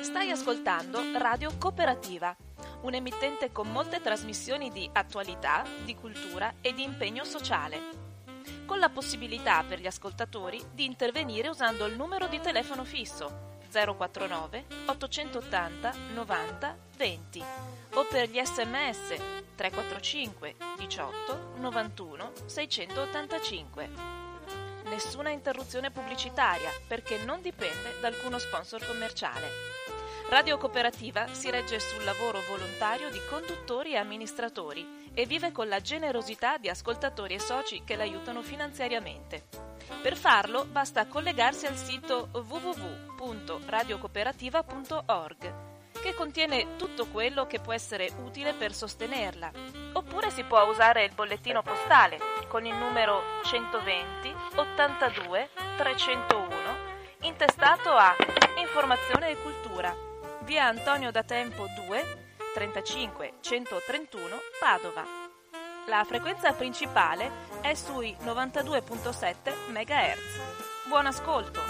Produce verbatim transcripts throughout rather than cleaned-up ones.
Stai ascoltando Radio Cooperativa, un emittente con molte trasmissioni di attualità, di cultura e di impegno sociale, con la possibilità per gli ascoltatori di intervenire usando il numero di telefono fisso zero quattro nove ottocentottanta novanta venti o per gli sms tre quattro cinque diciotto novantuno seicentottantacinque. Nessuna interruzione pubblicitaria perché non dipende da alcuno sponsor commerciale. Radio Cooperativa si regge sul lavoro volontario di conduttori e amministratori e vive con la generosità di ascoltatori e soci che l'aiutano finanziariamente. Per farlo basta collegarsi al sito w w w punto radiocooperativa punto org, che contiene tutto quello che può essere utile per sostenerla. Oppure si può usare il bollettino postale con il numero centoventi ottantadue trecentouno intestato a Informazione e Cultura, via Antonio da Tempo due, trentacinque centotrentuno Padova. La frequenza principale è sui novantadue virgola sette megahertz. Buon ascolto!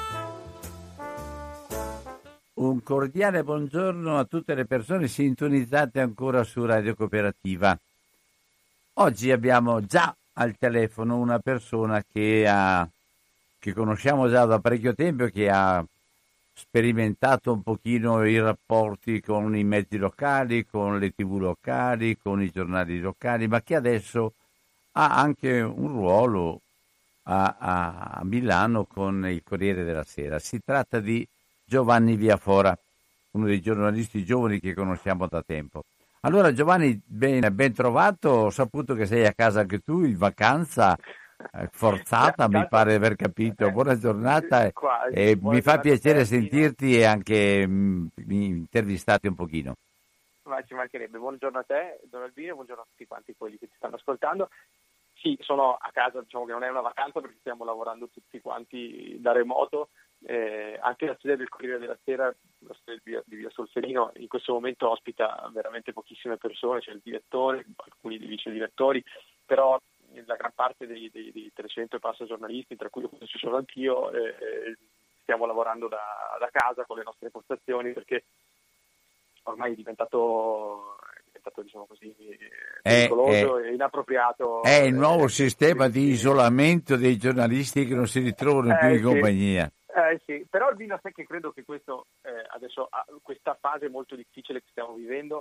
Un cordiale buongiorno a tutte le persone sintonizzate ancora su Radio Cooperativa. Oggi abbiamo già al telefono una persona che, ha, che conosciamo già da parecchio tempo e che ha sperimentato un pochino i rapporti con i mezzi locali, con le tivù locali, con i giornali locali, ma che adesso ha anche un ruolo a, a, a Milano con il Corriere della Sera. Si tratta di Giovanni Viafora, uno dei giornalisti giovani che conosciamo da tempo. Allora Giovanni, ben, ben trovato, ho saputo che sei a casa anche tu, in vacanza eh, forzata, eh, mi tanto, pare di aver capito. Buona giornata e eh, mi fa piacere sentirti e anche mh, intervistarti un pochino. Ma ci mancherebbe. Buongiorno a te, Don Albino, buongiorno a tutti quanti quelli che ti stanno ascoltando. Sì, sono a casa, diciamo che non è una vacanza perché stiamo lavorando tutti quanti da remoto. Eh, anche la sede del Corriere della Sera, la sede di via, di via Solferino, in questo momento ospita veramente pochissime persone, c'è il direttore, alcuni dei vice direttori, però la gran parte dei, dei, dei trecento e passa giornalisti, tra cui ci sono anch'io, eh, stiamo lavorando da, da casa con le nostre postazioni perché ormai è diventato, è diventato diciamo così, pericoloso e inappropriato. È il nuovo eh, sistema di isolamento dei giornalisti che non si ritrovano eh, più in sì. compagnia. Eh sì, però Albino, sai che credo che questo eh, adesso questa fase molto difficile che stiamo vivendo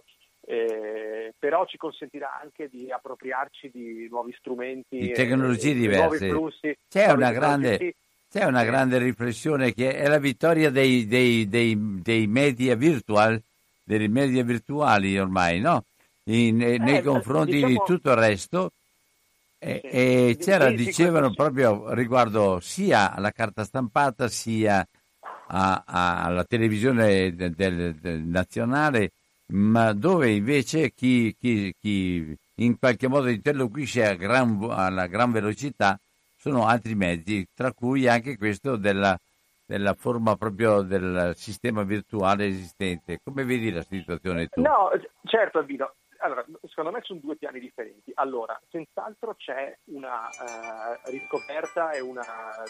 eh, però ci consentirà anche di appropriarci di nuovi strumenti, di tecnologie eh, diverse. Di nuovi flussi, c'è nuovi una grande sì. c'è una eh. grande riflessione che è la vittoria dei dei dei, dei media virtual, dei media virtuali ormai, no? In, eh, nei confronti diciamo... di tutto il resto. E, sì. e c'era, sì, dicevano sì, proprio riguardo sia alla carta stampata sia a, a, alla televisione del, del, del nazionale, ma dove invece chi, chi, chi in qualche modo interloquisce a gran, alla gran velocità sono altri mezzi, tra cui anche questo della, della forma proprio del sistema virtuale esistente. Come vedi la situazione tu? No, certo Albino. Allora, secondo me sono due piani differenti. Allora, senz'altro c'è una uh, riscoperta e una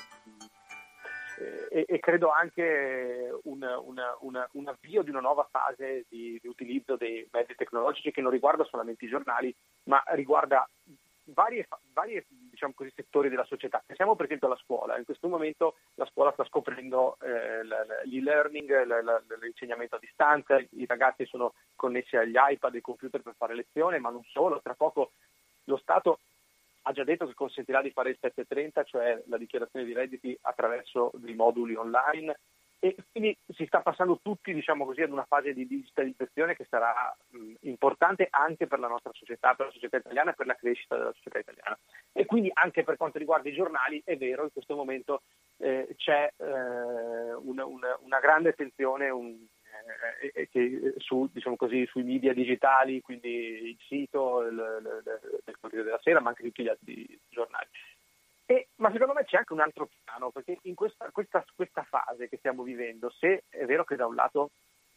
eh, e, e credo anche un, una, una, un avvio di una nuova fase di, di utilizzo dei mezzi tecnologici che non riguarda solamente i giornali, ma riguarda varie, varie diciamo così, settori della società. Pensiamo per esempio alla scuola. In questo momento la scuola sta scoprendo eh, l'e-learning, l'insegnamento a distanza, i ragazzi sono connessi agli iPad e ai computer per fare lezione, ma non solo. Tra poco lo Stato ha già detto che consentirà di fare il sette trenta, cioè la dichiarazione di redditi attraverso dei moduli online, e quindi si sta passando tutti, diciamo così, ad una fase di digitalizzazione che sarà mh, importante anche per la nostra società, per la società italiana e per la crescita della società italiana. E quindi anche per quanto riguarda i giornali, è vero, in questo momento eh, c'è eh, una, una, una grande attenzione un, eh, che, su, diciamo così, sui media digitali, quindi il sito il, il, il, del Corriere della Sera, ma anche tutti gli altri giornali. E, ma secondo me c'è anche un altro piano, perché in questa, questa, questa fase che stiamo vivendo, se è vero che da un lato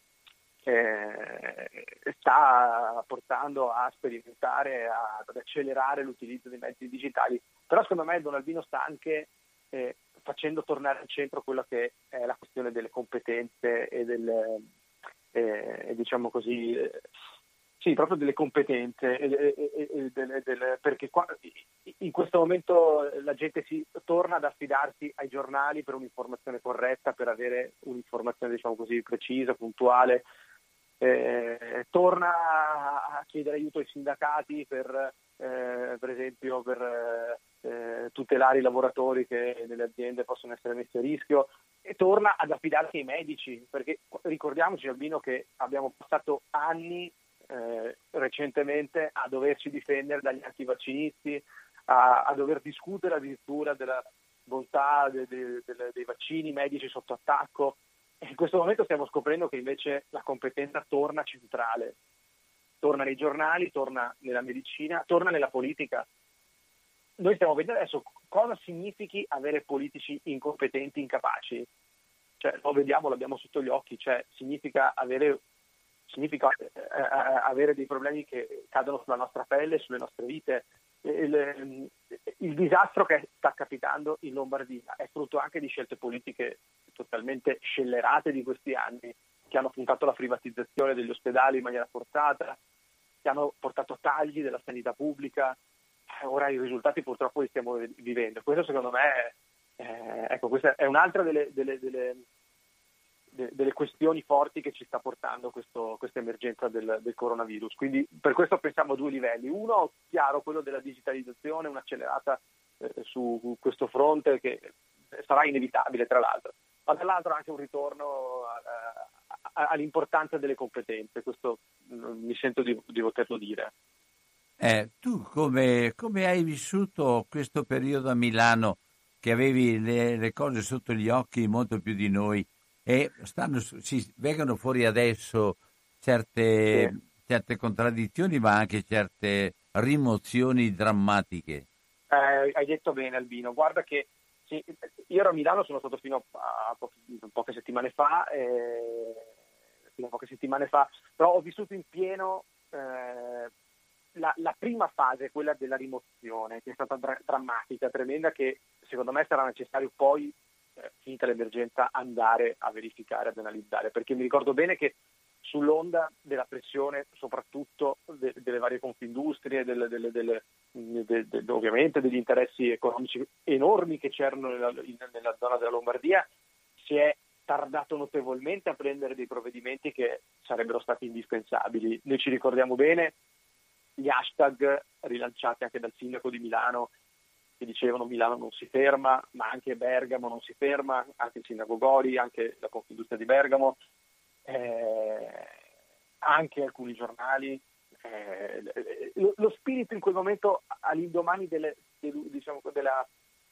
eh, sta portando a sperimentare, a, ad accelerare l'utilizzo dei mezzi digitali, però secondo me Don Albino sta anche eh, facendo tornare al centro quello che è la questione delle competenze e del, eh, diciamo così, eh, sì, proprio delle competenze, eh, eh, eh, delle, delle, perché qua, in questo momento la gente si torna ad affidarsi ai giornali per un'informazione corretta, per avere un'informazione, diciamo così, precisa, puntuale. Eh, torna a chiedere aiuto ai sindacati per, eh, per esempio, per eh, tutelare i lavoratori che nelle aziende possono essere messi a rischio, e torna ad affidarsi ai medici, perché ricordiamoci, Albino, che abbiamo passato anni eh, recentemente a doverci difendere dagli antivaccinisti, a, a dover discutere addirittura della bontà de, de, de, dei vaccini, medici sotto attacco. In questo momento stiamo scoprendo che invece la competenza torna centrale, torna nei giornali, torna nella medicina, torna nella politica. Noi stiamo vedendo adesso cosa significhi avere politici incompetenti, incapaci. Cioè, lo vediamo, l'abbiamo sotto gli occhi, cioè significa avere, significa, eh, avere dei problemi che cadono sulla nostra pelle, sulle nostre vite. Il, il disastro che sta capitando in Lombardia è frutto anche di scelte politiche totalmente scellerate di questi anni, che hanno puntato alla privatizzazione degli ospedali in maniera forzata, che hanno portato tagli della sanità pubblica. Ora i risultati purtroppo li stiamo vivendo. Questo secondo me eh, ecco, questa è un'altra delle, delle, delle, delle questioni forti che ci sta portando questo, questa emergenza del, del coronavirus. Quindi per questo pensiamo a due livelli. Uno, chiaro, quello della digitalizzazione, un'accelerata eh, su questo fronte che sarà inevitabile, tra l'altro, ma dall'altro anche un ritorno a, a, all'importanza delle competenze. Questo mh, mi sento di, di poterlo dire. Eh, tu come, come hai vissuto questo periodo a Milano, che avevi le, le cose sotto gli occhi molto più di noi, e stanno, si vengono fuori adesso certe, sì. certe contraddizioni, ma anche certe rimozioni drammatiche? Eh, hai detto bene, Albino. Guarda che sì, io ero a Milano, sono stato fino a, po- poche settimane fa, eh, fino a poche settimane fa, però ho vissuto in pieno eh, la, la prima fase, quella della rimozione, che è stata dra- drammatica, tremenda, che secondo me sarà necessario poi, eh, finita l'emergenza, andare a verificare, ad analizzare, perché mi ricordo bene che sull'onda della pressione, soprattutto de- delle varie confindustrie, delle, delle, delle, de- de- de- ovviamente degli interessi economici enormi che c'erano nella, in, nella zona della Lombardia, si è tardato notevolmente a prendere dei provvedimenti che sarebbero stati indispensabili. Noi ci ricordiamo bene gli hashtag rilanciati anche dal sindaco di Milano, che dicevano Milano non si ferma, ma anche Bergamo non si ferma, anche il sindaco Gori, anche la Confindustria di Bergamo, eh, anche alcuni giornali. Eh, lo, lo spirito in quel momento, all'indomani delle, diciamo, della,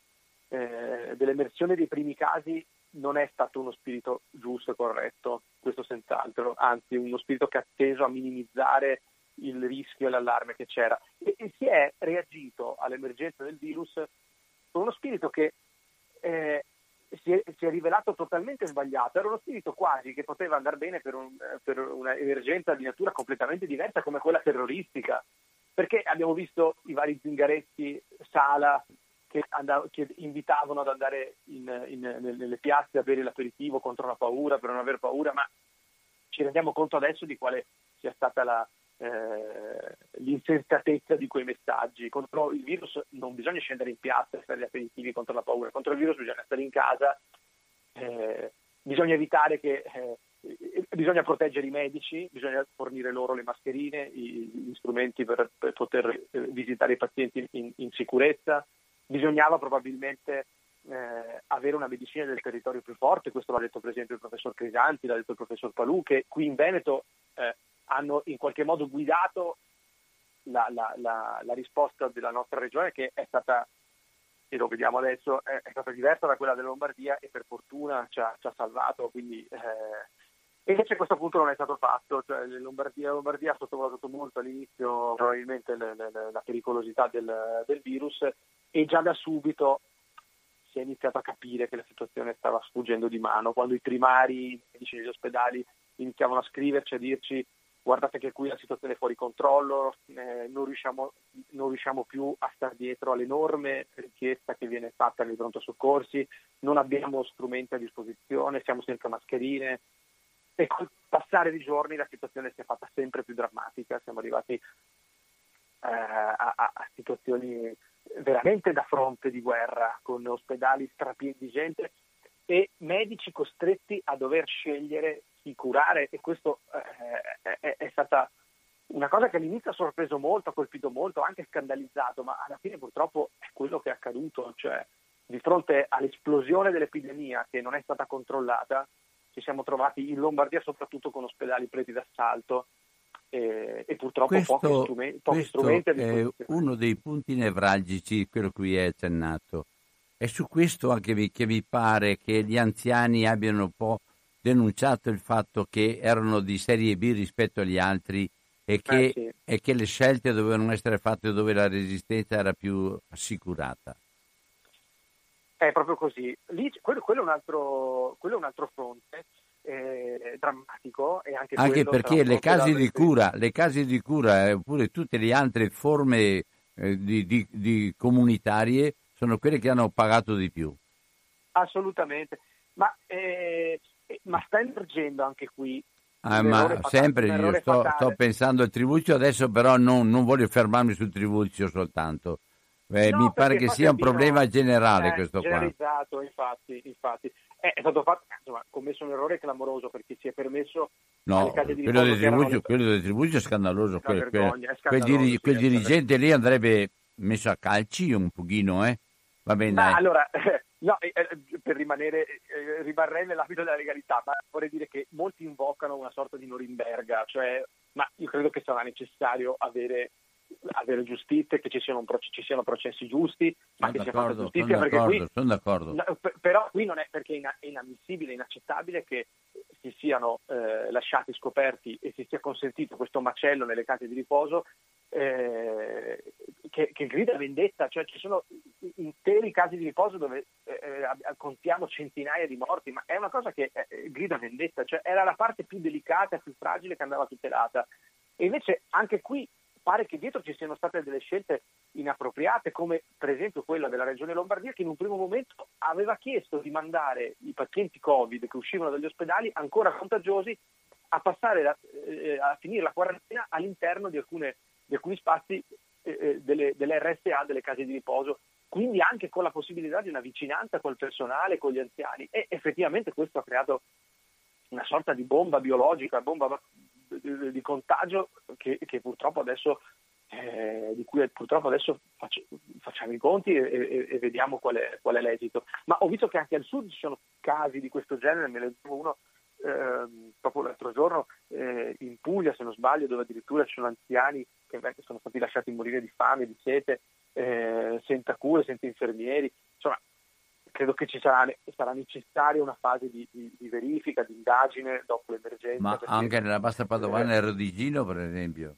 eh, dell'emersione dei primi casi, non è stato uno spirito giusto e corretto, questo senz'altro, anzi uno spirito che ha teso a minimizzare il rischio e l'allarme che c'era, e, e si è reagito all'emergenza del virus con uno spirito che eh, si, è, si è rivelato totalmente sbagliato. Era uno spirito quasi che poteva andare bene per, un, per un'emergenza di natura completamente diversa come quella terroristica, perché abbiamo visto i vari Zingaretti, Sala, che, andav- che invitavano ad andare in, in, nelle piazze a bere l'aperitivo contro la paura, per non aver paura, ma ci rendiamo conto adesso di quale sia stata la Eh, l'insensatezza di quei messaggi. Contro il virus non bisogna scendere in piazza e fare gli aperitivi contro la paura, contro il virus bisogna stare in casa, eh, bisogna evitare che eh, bisogna proteggere i medici, bisogna fornire loro le mascherine, i, gli strumenti per, per poter eh, visitare i pazienti in, in sicurezza. Bisognava probabilmente eh, avere una medicina del territorio più forte, questo l'ha detto per esempio il professor Crisanti, l'ha detto il professor Palù, che qui in Veneto eh, hanno in qualche modo guidato la, la, la, la risposta della nostra regione, che è stata, e lo vediamo adesso, è, è stata diversa da quella della Lombardia, e per fortuna ci ha, ci ha salvato. Quindi, eh, e invece a questo punto non è stato fatto. Cioè, la Lombardia, la Lombardia ha sottovalutato molto all'inizio probabilmente le, le, la pericolosità del, del virus, e già da subito si è iniziato a capire che la situazione stava sfuggendo di mano, quando i primari, i medici degli ospedali iniziavano a scriverci, a dirci: guardate che qui la situazione è fuori controllo, eh, non, riusciamo, non riusciamo più a stare dietro all'enorme richiesta che viene fatta nei pronto soccorsi, non abbiamo strumenti a disposizione, siamo senza mascherine. e col passare dei giorni la situazione si è fatta sempre più drammatica, siamo arrivati eh, a, a situazioni veramente da fronte di guerra, con ospedali strapieni di gente e medici costretti a dover scegliere chi curare, e questo eh, è, è stata una cosa che all'inizio ha sorpreso molto, ha colpito molto, anche scandalizzato, ma alla fine purtroppo è quello che è accaduto, cioè di fronte all'esplosione dell'epidemia che non è stata controllata, ci siamo trovati in Lombardia soprattutto con ospedali presi d'assalto e, e purtroppo questo, pochi strumenti, pochi questo strumenti è uno dei punti nevralgici, quello cui è accennato. È su questo anche mi, che mi pare che gli anziani abbiano un po' denunciato il fatto che erano di serie B rispetto agli altri e che, eh sì. e che le scelte dovevano essere fatte dove la resistenza era più assicurata. È proprio così. Lì, quello, quello, è un altro, quello è un altro fronte eh, drammatico. E anche anche perché le case di cura, le case di cura oppure tutte le altre forme eh, di, di, di comunitarie sono quelle che hanno pagato di più. Assolutamente. Ma, eh, ma sta emergendo anche qui. Ah, ma fatale, sempre io sto, sto pensando al Trivulzio, adesso però non, non voglio fermarmi sul Trivulzio soltanto. Eh, no, mi pare che sia un problema generale eh, questo generalizzato, qua. infatti, infatti. Eh, è stato fatto, insomma, commesso un errore clamoroso perché si è permesso no, alle case di quello del riposo Trivulzio, erano... quello del Trivulzio è scandaloso. Quel, vergogna, è scandaloso quel, diri, sì, quel dirigente lì andrebbe messo a calci un pochino, eh? Va bene, ma dai. allora, eh, no, eh, per rimanere, eh, rimarrei nell'ambito della legalità, ma vorrei dire che molti invocano una sorta di Norimberga, cioè, ma io credo che sarà necessario avere, avere giustizia, che ci siano, ci siano processi giusti, ma sono che sia fatta giustizia, sono perché qui, sono d'accordo. No, però qui non è, perché è inammissibile, inaccettabile che si siano eh, lasciati scoperti e si sia consentito questo macello nelle case di riposo eh, che, che grida vendetta, cioè ci sono interi casi di riposo dove eh, contiamo centinaia di morti, ma è una cosa che eh, grida vendetta, cioè era la parte più delicata, più fragile che andava tutelata, e invece anche qui pare che dietro ci siano state delle scelte inappropriate, come per esempio quella della Regione Lombardia, che in un primo momento aveva chiesto di mandare i pazienti Covid che uscivano dagli ospedali ancora contagiosi a passare la, eh, a finire la quarantena all'interno di, alcune, di alcuni spazi eh, delle, delle R S A, delle case di riposo, quindi anche con la possibilità di una vicinanza col personale, con gli anziani, e effettivamente questo ha creato una sorta di bomba biologica, bomba di, di contagio che, che purtroppo adesso eh, di cui purtroppo adesso faccio, facciamo i conti e, e, e vediamo qual è, qual è l'esito. Ma ho visto che anche al sud ci sono casi di questo genere, me ne leggevo uno eh, proprio l'altro giorno eh, in Puglia, se non sbaglio, dove addirittura ci sono anziani che sono stati lasciati morire di fame, di sete, eh, senza cure, senza infermieri. Insomma, credo che ci sarà, sarà necessaria una fase di, di, di verifica, di indagine dopo l'emergenza. Ma perché, anche nella Bassa Padovana e Rodigino, per esempio?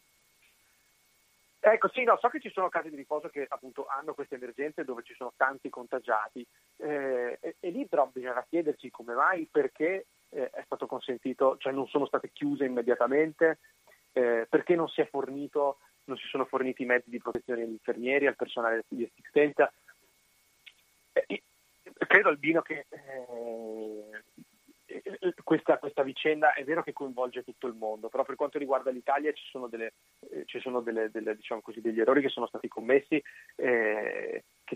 Ecco, sì, no, so che ci sono case di riposo che appunto hanno queste emergenze dove ci sono tanti contagiati eh, e, e lì però bisogna chiederci come mai, perché eh, è stato consentito, cioè non sono state chiuse immediatamente, eh, perché non si è fornito, non si sono forniti i mezzi di protezione agli infermieri, al personale di assistenza. Eh, credo, Albino, che eh, questa, questa vicenda è vero che coinvolge tutto il mondo, però per quanto riguarda l'Italia ci sono, delle, eh, ci sono delle, delle, diciamo così, degli errori che sono stati commessi. Eh, che,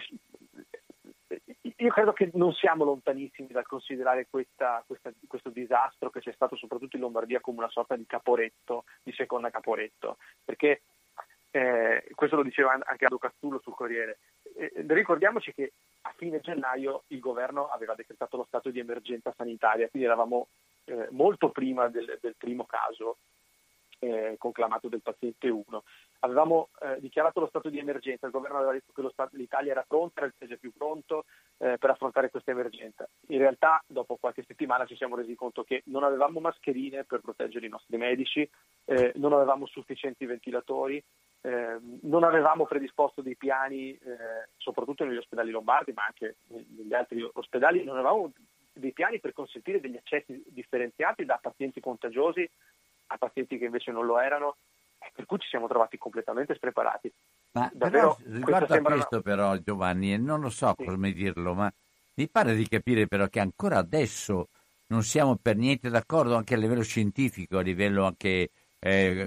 io credo che non siamo lontanissimi dal considerare questa, questa, questo disastro che c'è stato soprattutto in Lombardia come una sorta di Caporetto, di seconda Caporetto, perché eh, questo lo diceva anche Aldo Cazzullo sul Corriere. Eh, ricordiamoci che a fine gennaio il governo aveva decretato lo stato di emergenza sanitaria, quindi eravamo eh, molto prima del, del primo caso eh, conclamato del paziente uno. Avevamo eh, dichiarato lo stato di emergenza, il governo aveva detto che lo stato, l'Italia era pronta, era il paese più pronto eh, per affrontare questa emergenza. In realtà dopo qualche settimana ci siamo resi conto che non avevamo mascherine per proteggere i nostri medici, eh, non avevamo sufficienti ventilatori, Eh, non avevamo predisposto dei piani, eh, soprattutto negli ospedali lombardi, ma anche negli altri ospedali, non avevamo dei piani per consentire degli accessi differenziati da pazienti contagiosi a pazienti che invece non lo erano, per cui ci siamo trovati completamente spreparati. Ma davvero, però, riguardo a questo una... però, Giovanni, e non lo so sì. come dirlo, ma mi pare di capire però che ancora adesso non siamo per niente d'accordo anche a livello scientifico, a livello anche eh,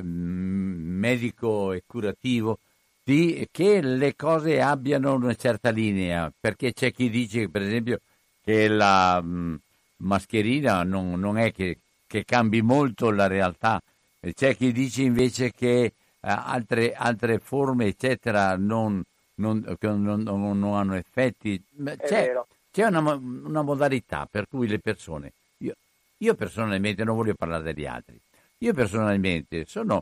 medico e curativo, di, che le cose abbiano una certa linea, perché c'è chi dice, per esempio, che la mh, mascherina non, non è che, che cambi molto la realtà, e c'è chi dice invece che eh, altre, altre forme, eccetera, non, non, non, non, non hanno effetti. C'è, c'è una, una modalità per cui le persone, io, io personalmente non voglio parlare degli altri, io personalmente sono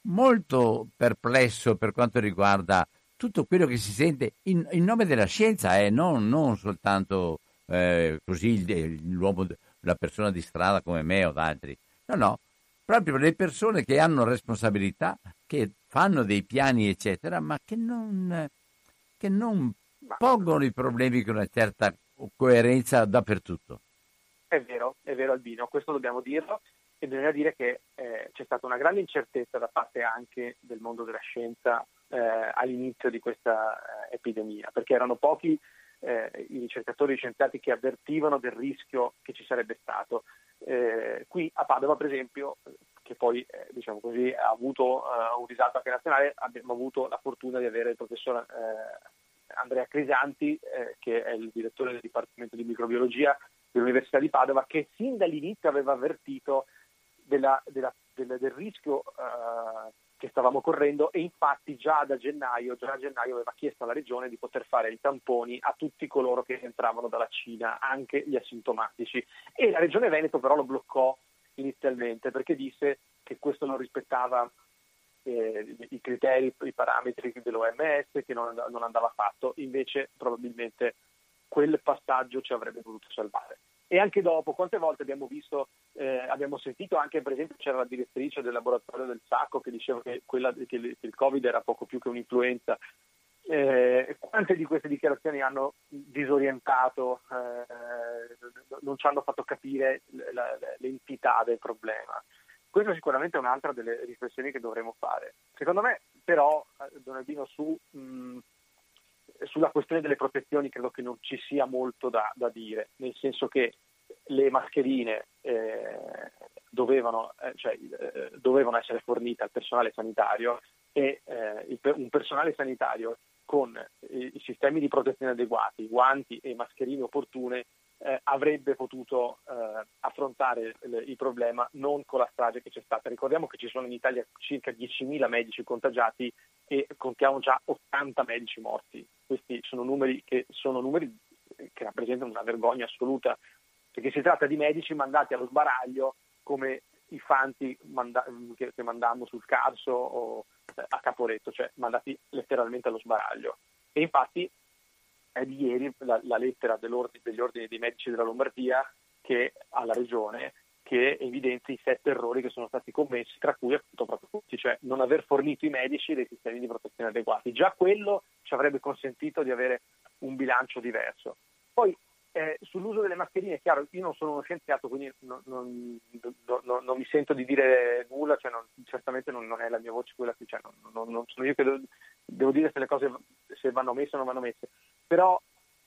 molto perplesso per quanto riguarda tutto quello che si sente in, in nome della scienza, eh, non, non soltanto eh, così l'uomo, la persona di strada come me o altri, no, no, proprio le persone che hanno responsabilità, che fanno dei piani, eccetera, ma che non, che non pongono i problemi con una certa coerenza dappertutto. È vero, è vero Albino, questo dobbiamo dirlo, e bisogna dire che eh, c'è stata una grande incertezza da parte anche del mondo della scienza eh, all'inizio di questa eh, epidemia, perché erano pochi eh, i ricercatori e i scienziati che avvertivano del rischio che ci sarebbe stato. Eh, qui a Padova, per esempio, che poi eh, diciamo così ha avuto uh, un risalto anche nazionale, abbiamo avuto la fortuna di avere il professor eh, Andrea Crisanti, eh, che è il direttore del Dipartimento di Microbiologia dell'Università di Padova, che sin dall'inizio aveva avvertito della, della, del, del rischio uh, che stavamo correndo, e infatti già da gennaio, già a gennaio aveva chiesto alla Regione di poter fare i tamponi a tutti coloro che entravano dalla Cina, anche gli asintomatici. E la Regione Veneto però lo bloccò inizialmente perché disse che questo non rispettava eh, i criteri, i parametri dell'O M S, che non, non andava fatto. Invece probabilmente quel passaggio ci avrebbe potuto salvare. E anche dopo, quante volte abbiamo visto, eh, abbiamo sentito anche, per esempio, c'era la direttrice del laboratorio del Sacco che diceva che, quella, che il Covid era poco più che un'influenza. Eh, quante di queste dichiarazioni hanno disorientato, eh, non ci hanno fatto capire la, la, l'entità del problema. Questa sicuramente è un'altra delle riflessioni che dovremo fare. Secondo me, però, Don Albino, su... Mh, sulla questione delle protezioni credo che non ci sia molto da, da dire, nel senso che le mascherine eh, dovevano, eh, cioè, eh, dovevano essere fornite al personale sanitario, e eh, il, un personale sanitario con i, i sistemi di protezione adeguati, guanti e mascherine opportune eh, avrebbe potuto eh, affrontare il, il problema non con la strage che c'è stata. Ricordiamo che ci sono in Italia circa diecimila medici contagiati e contiamo già ottanta medici morti. Questi sono numeri che sono numeri che rappresentano una vergogna assoluta, perché si tratta di medici mandati allo sbaraglio come i fanti manda- che, che mandammo sul Carso o eh, a Caporetto, cioè mandati letteralmente allo sbaraglio. E infatti è di ieri la, la lettera dell'ordine, degli ordini dei medici della Lombardia che alla Regione, che evidenzia i sette errori che sono stati commessi, tra cui appunto proprio tutti, cioè non aver fornito i medici dei sistemi di protezione adeguati. Già quello ci avrebbe consentito di avere un bilancio diverso. Poi eh, sull'uso delle mascherine, è chiaro, io non sono uno scienziato, quindi non, non, non, non mi sento di dire nulla, cioè non, certamente non, non è la mia voce quella che c'è, non, non, non sono io che devo, devo dire se le cose se vanno messe o non vanno messe, però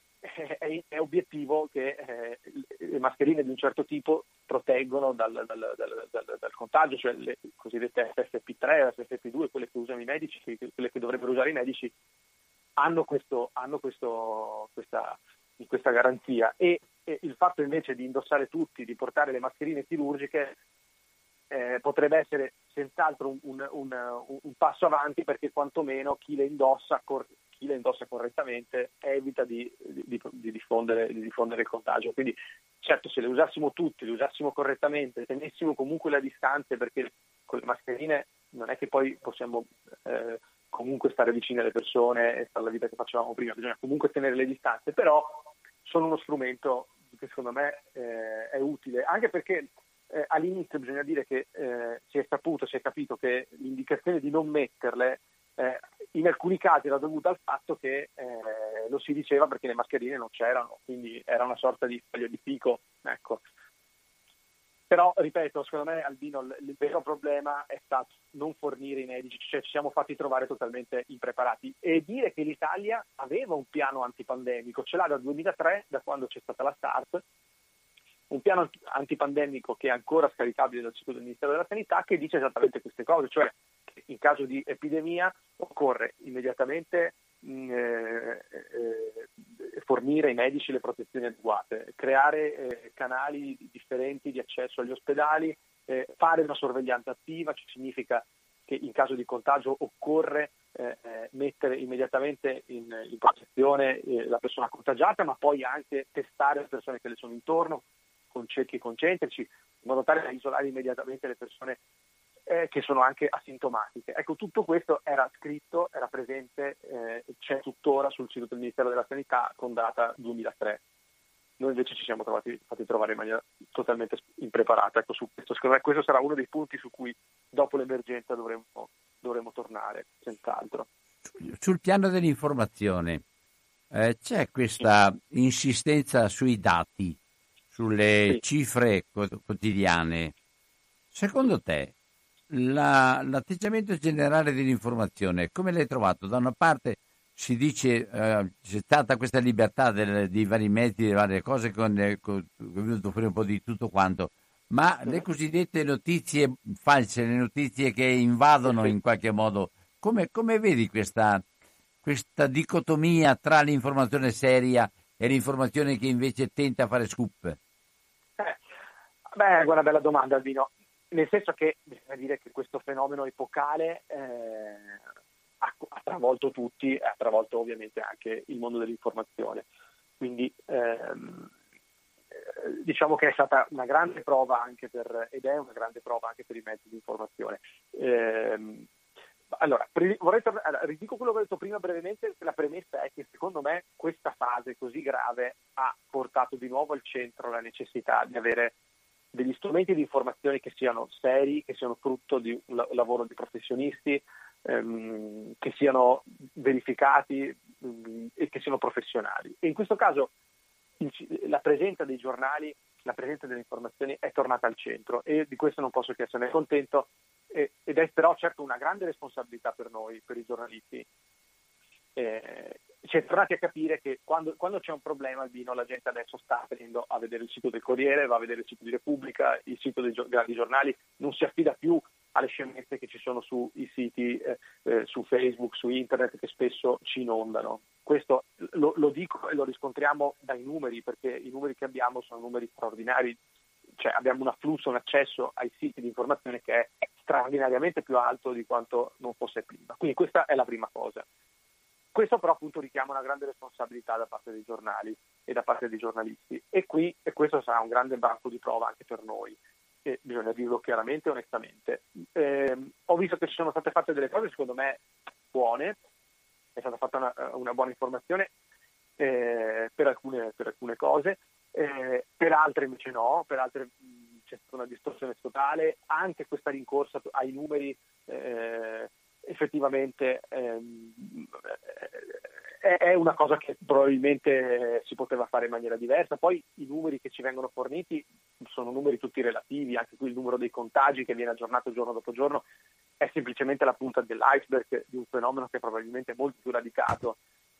È, è obiettivo che eh, le mascherine di un certo tipo proteggono dal, dal, dal, dal, dal contagio, cioè le cosiddette F F P tre, F F P due, quelle che usano i medici, quelle che dovrebbero usare i medici, hanno, questo, hanno questo, questa, questa garanzia. E, e il fatto invece di indossare tutti, di portare le mascherine chirurgiche, eh, potrebbe essere senz'altro un, un, un, un passo avanti, perché quantomeno chi le indossa cor- chi le indossa correttamente evita di, di, di, diffondere, di diffondere il contagio. Quindi certo, se le usassimo tutti, le usassimo correttamente, tenessimo comunque le distanze, perché con le mascherine non è che poi possiamo eh, comunque stare vicini alle persone e fare la vita che facevamo prima, bisogna comunque tenere le distanze, però sono uno strumento che secondo me eh, è utile, anche perché eh, all'inizio bisogna dire che eh, si è saputo, si è capito che l'indicazione di non metterle eh, in alcuni casi era dovuta al fatto che eh, lo si diceva perché le mascherine non c'erano, quindi era una sorta di foglio di fico, ecco. Però, ripeto, secondo me, Albino, il, il vero problema è stato non fornire i medici, cioè ci siamo fatti trovare totalmente impreparati, e dire che l'Italia aveva un piano antipandemico, ce l'ha dal duemilatré, da quando c'è stata la SARS, un piano antipandemico che è ancora scaricabile dal sito del Ministero della Sanità, che dice esattamente queste cose, cioè che in caso di epidemia occorre immediatamente mh, eh, eh, fornire ai medici le protezioni adeguate, creare eh, canali differenti di accesso agli ospedali, eh, fare una sorveglianza attiva, che significa che in caso di contagio occorre eh, mettere immediatamente in, in protezione eh, la persona contagiata, ma poi anche testare le persone che le sono intorno con cerchi concentrici, in modo tale da isolare immediatamente le persone eh, che sono anche asintomatiche. Ecco, tutto questo era scritto, era presente, eh, c'è tuttora sul sito del Ministero della Sanità con data duemilatré. Noi invece ci siamo trovati, fatti trovare in maniera totalmente impreparata. Ecco, su questo, secondo me questo sarà uno dei punti su cui dopo l'emergenza dovremo, dovremo tornare, senz'altro. Sul piano dell'informazione eh, c'è questa insistenza sui dati, sulle sì. cifre quotidiane. Secondo te la, l'atteggiamento generale dell'informazione come l'hai trovato? Da una parte si dice eh, c'è stata questa libertà del, dei vari mezzi, delle varie cose, con, con, è venuto fuori un po' di tutto quanto, ma le cosiddette notizie false, le notizie che invadono in qualche modo, come, come vedi questa, questa dicotomia tra l'informazione seria e l'informazione che invece tenta a fare scoop? Eh, beh, è una bella domanda, Albino, nel senso che bisogna dire che questo fenomeno epocale eh, ha travolto tutti, ha travolto ovviamente anche il mondo dell'informazione. Quindi ehm, diciamo che è stata una grande prova anche per, ed è una grande prova anche per i mezzi di informazione. Ehm, allora, vorrei tornare, ridico quello che ho detto prima brevemente, la premessa è che secondo me questa fase così grave ha portato di nuovo al centro la necessità di avere degli strumenti di informazione che siano seri, che siano frutto di un lavoro di professionisti, ehm, che siano verificati mh, e che siano professionali. E in questo caso il, la presenza dei giornali, la presenza delle informazioni è tornata al centro, e di questo non posso che esserne contento, eh, ed è però certo una grande responsabilità per noi, per i giornalisti. Eh, si è tornati a capire che quando, quando c'è un problema, Albino, la gente adesso sta venendo a vedere il sito del Corriere, va a vedere il sito di Repubblica, il sito dei grandi giornali, non si affida più alle scemenze che ci sono sui siti, eh, eh, su Facebook, su internet, che spesso ci inondano. Questo lo, lo dico e lo riscontriamo dai numeri, perché i numeri che abbiamo sono numeri straordinari, cioè abbiamo un afflusso, un accesso ai siti di informazione che è straordinariamente più alto di quanto non fosse prima. Quindi questa è la prima cosa. Questo però appunto richiama una grande responsabilità da parte dei giornali e da parte dei giornalisti, e qui e questo sarà un grande banco di prova anche per noi, e bisogna dirlo chiaramente e onestamente. Eh, ho visto che ci sono state fatte delle cose secondo me buone, è stata fatta una, una buona informazione eh, per, alcune, per alcune cose, eh, per altre invece no, per altre mh, c'è stata una distorsione totale, anche questa rincorsa ai numeri eh, effettivamente ehm, è, è una cosa che probabilmente si poteva fare in maniera diversa. Poi i numeri che ci vengono forniti sono numeri tutti relativi, anche qui il numero dei contagi che viene aggiornato giorno dopo giorno è semplicemente la punta dell'iceberg di un fenomeno che probabilmente è molto più radicato.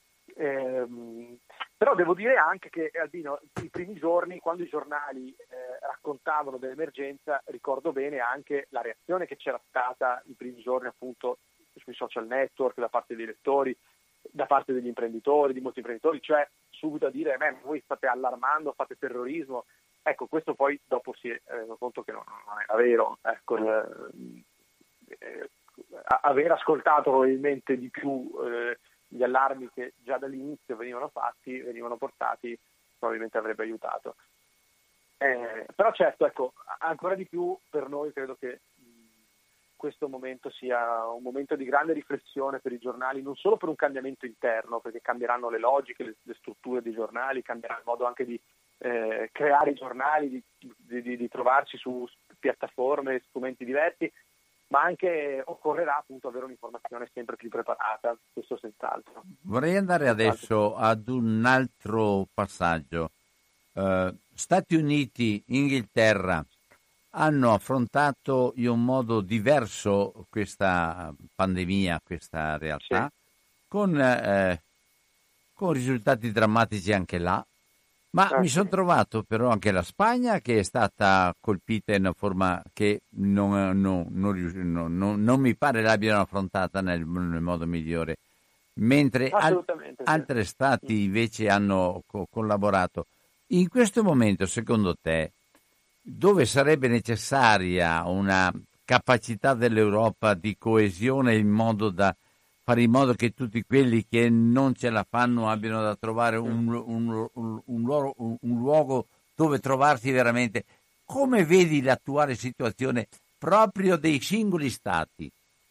Ehm, però devo dire anche che, Albino, i primi giorni, quando i giornali eh, raccontavano dell'emergenza, ricordo bene anche la reazione che c'era stata i primi giorni appunto sui social network da parte dei lettori, da parte degli imprenditori, di molti imprenditori, cioè subito a dire beh, voi state allarmando, fate terrorismo. Ecco, questo poi dopo si è reso conto che non, non era vero. Ecco, eh, eh, aver ascoltato probabilmente di più eh, gli allarmi che già dall'inizio venivano fatti, venivano portati, probabilmente avrebbe aiutato. Eh, però certo, ecco, ancora di più per noi credo che questo momento sia un momento di grande riflessione per i giornali, non solo per un cambiamento interno, perché cambieranno le logiche, le, le strutture dei giornali, cambierà il modo anche di eh, creare i giornali, di, di, di, di trovarsi su piattaforme, strumenti diversi, ma anche occorrerà appunto avere un'informazione sempre più preparata, questo senz'altro. Vorrei andare adesso ad un altro passaggio. Uh, Stati Uniti, Inghilterra hanno affrontato in un modo diverso questa pandemia, questa realtà, sì. con, eh, con risultati drammatici anche là. Ma Ah, mi sì. sono trovato però anche la Spagna che è stata colpita in una forma che non, non- non rius- non- non- non mi pare l'abbiano affrontata nel, nel modo migliore, mentre al- Assolutamente, sì. altri stati invece hanno co- collaborato. In questo momento, secondo te, dove sarebbe necessaria una capacità dell'Europa di coesione in modo da fare in modo che tutti quelli che non ce la fanno abbiano da trovare un, un- un- un luogo, un- un luogo dove trovarsi veramente? Come vedi l'attuale situazione proprio dei singoli stati?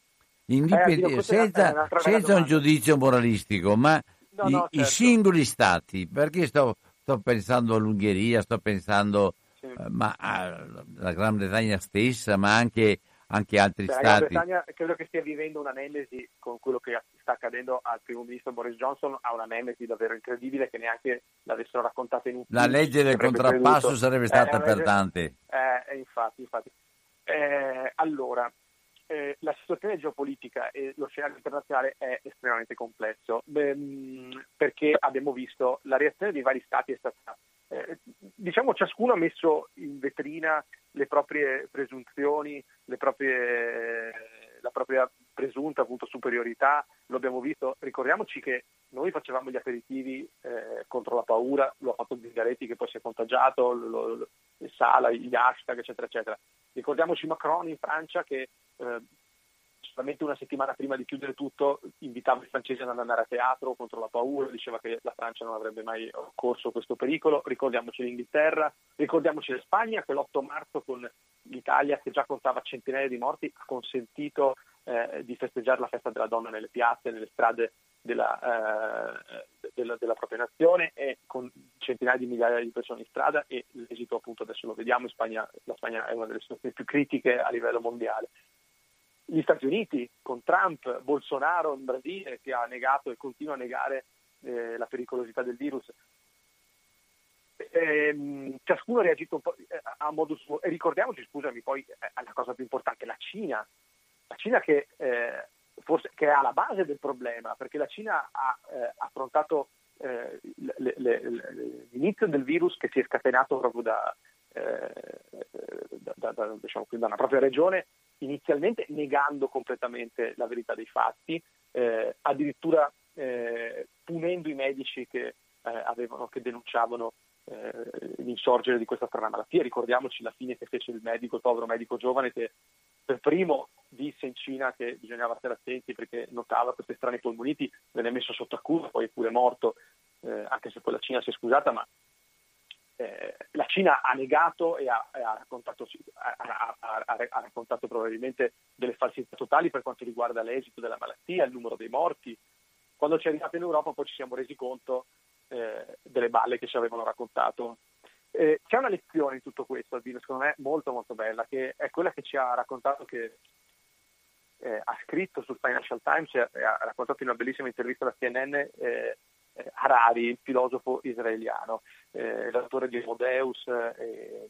Eh, Dio, Indipend- questa è una- è senza, un'altra bella senza un domanda. giudizio moralistico, ma No, i, no, i certo. singoli stati, perché sto, sto pensando all'Ungheria, sto pensando Sì. eh, ma alla Gran Bretagna stessa, ma anche, anche altri Beh, la Gran stati. Bretagna credo che stia vivendo una nemesi con quello che sta accadendo al primo ministro Boris Johnson, ha una nemesi davvero incredibile che neanche l'avessero raccontata in un La film. legge del avrebbe contrappasso creduto. sarebbe Eh, stata una per legge- tante. eh, infatti, infatti. Eh, allora, eh, la situazione geopolitica e lo scenario internazionale è estremamente complesso, Beh, mh, perché abbiamo visto la reazione dei vari stati è stata, eh, diciamo, ciascuno ha messo in vetrina le proprie presunzioni, le proprie, la propria presunta appunto superiorità. Lo abbiamo visto, ricordiamoci che noi facevamo gli aperitivi eh, contro la paura, lo ha fatto Zingaretti che poi si è contagiato, lo, lo, Sala, gli hashtag eccetera eccetera. Ricordiamoci Macron in Francia che eh, solamente una settimana prima di chiudere tutto invitava i francesi ad andare a teatro contro la paura, diceva che la Francia non avrebbe mai corso questo pericolo. Ricordiamoci l'Inghilterra, ricordiamoci la Spagna che l'otto marzo con l'Italia che già contava centinaia di morti ha consentito eh, di festeggiare la festa della donna nelle piazze, nelle strade della, eh, della, della propria nazione e con centinaia di migliaia di persone in strada, e l'esito appunto adesso lo vediamo. In Spagna, la Spagna è una delle situazioni più critiche a livello mondiale. Gli Stati Uniti con Trump, Bolsonaro in Brasile che ha negato e continua a negare eh, la pericolosità del virus. Eh, ciascuno ha reagito un po' a modo suo, e ricordiamoci, scusami, poi è la cosa più importante, la Cina, la Cina che eh, forse che è alla base del problema, perché la Cina ha eh, affrontato eh, le, le, le, l'inizio del virus che si è scatenato proprio da, eh, da, da, da, diciamo, da una propria regione, inizialmente negando completamente la verità dei fatti, eh, addirittura eh, punendo i medici che eh, avevano che denunciavano eh, l'insorgere di questa strana malattia. Ricordiamoci la fine che fece il medico, il povero medico giovane che per primo disse in Cina che bisognava stare attenti perché notava queste strane polmoniti, venne messo sotto accusa, poi è pure morto, eh, anche se poi la Cina si è scusata, ma Eh, la Cina ha negato e ha, ha, raccontato, ha, ha, ha, ha raccontato probabilmente delle falsità totali per quanto riguarda l'esito della malattia, il numero dei morti. Quando ci è arrivato in Europa poi ci siamo resi conto eh, delle balle che ci avevano raccontato. Eh, c'è una lezione in tutto questo, Albino, secondo me molto molto bella, che è quella che ci ha raccontato, che eh, ha scritto sul Financial Times e ha raccontato in una bellissima intervista alla C N N eh, Harari, il filosofo israeliano, eh, l'autore di Homo Deus e,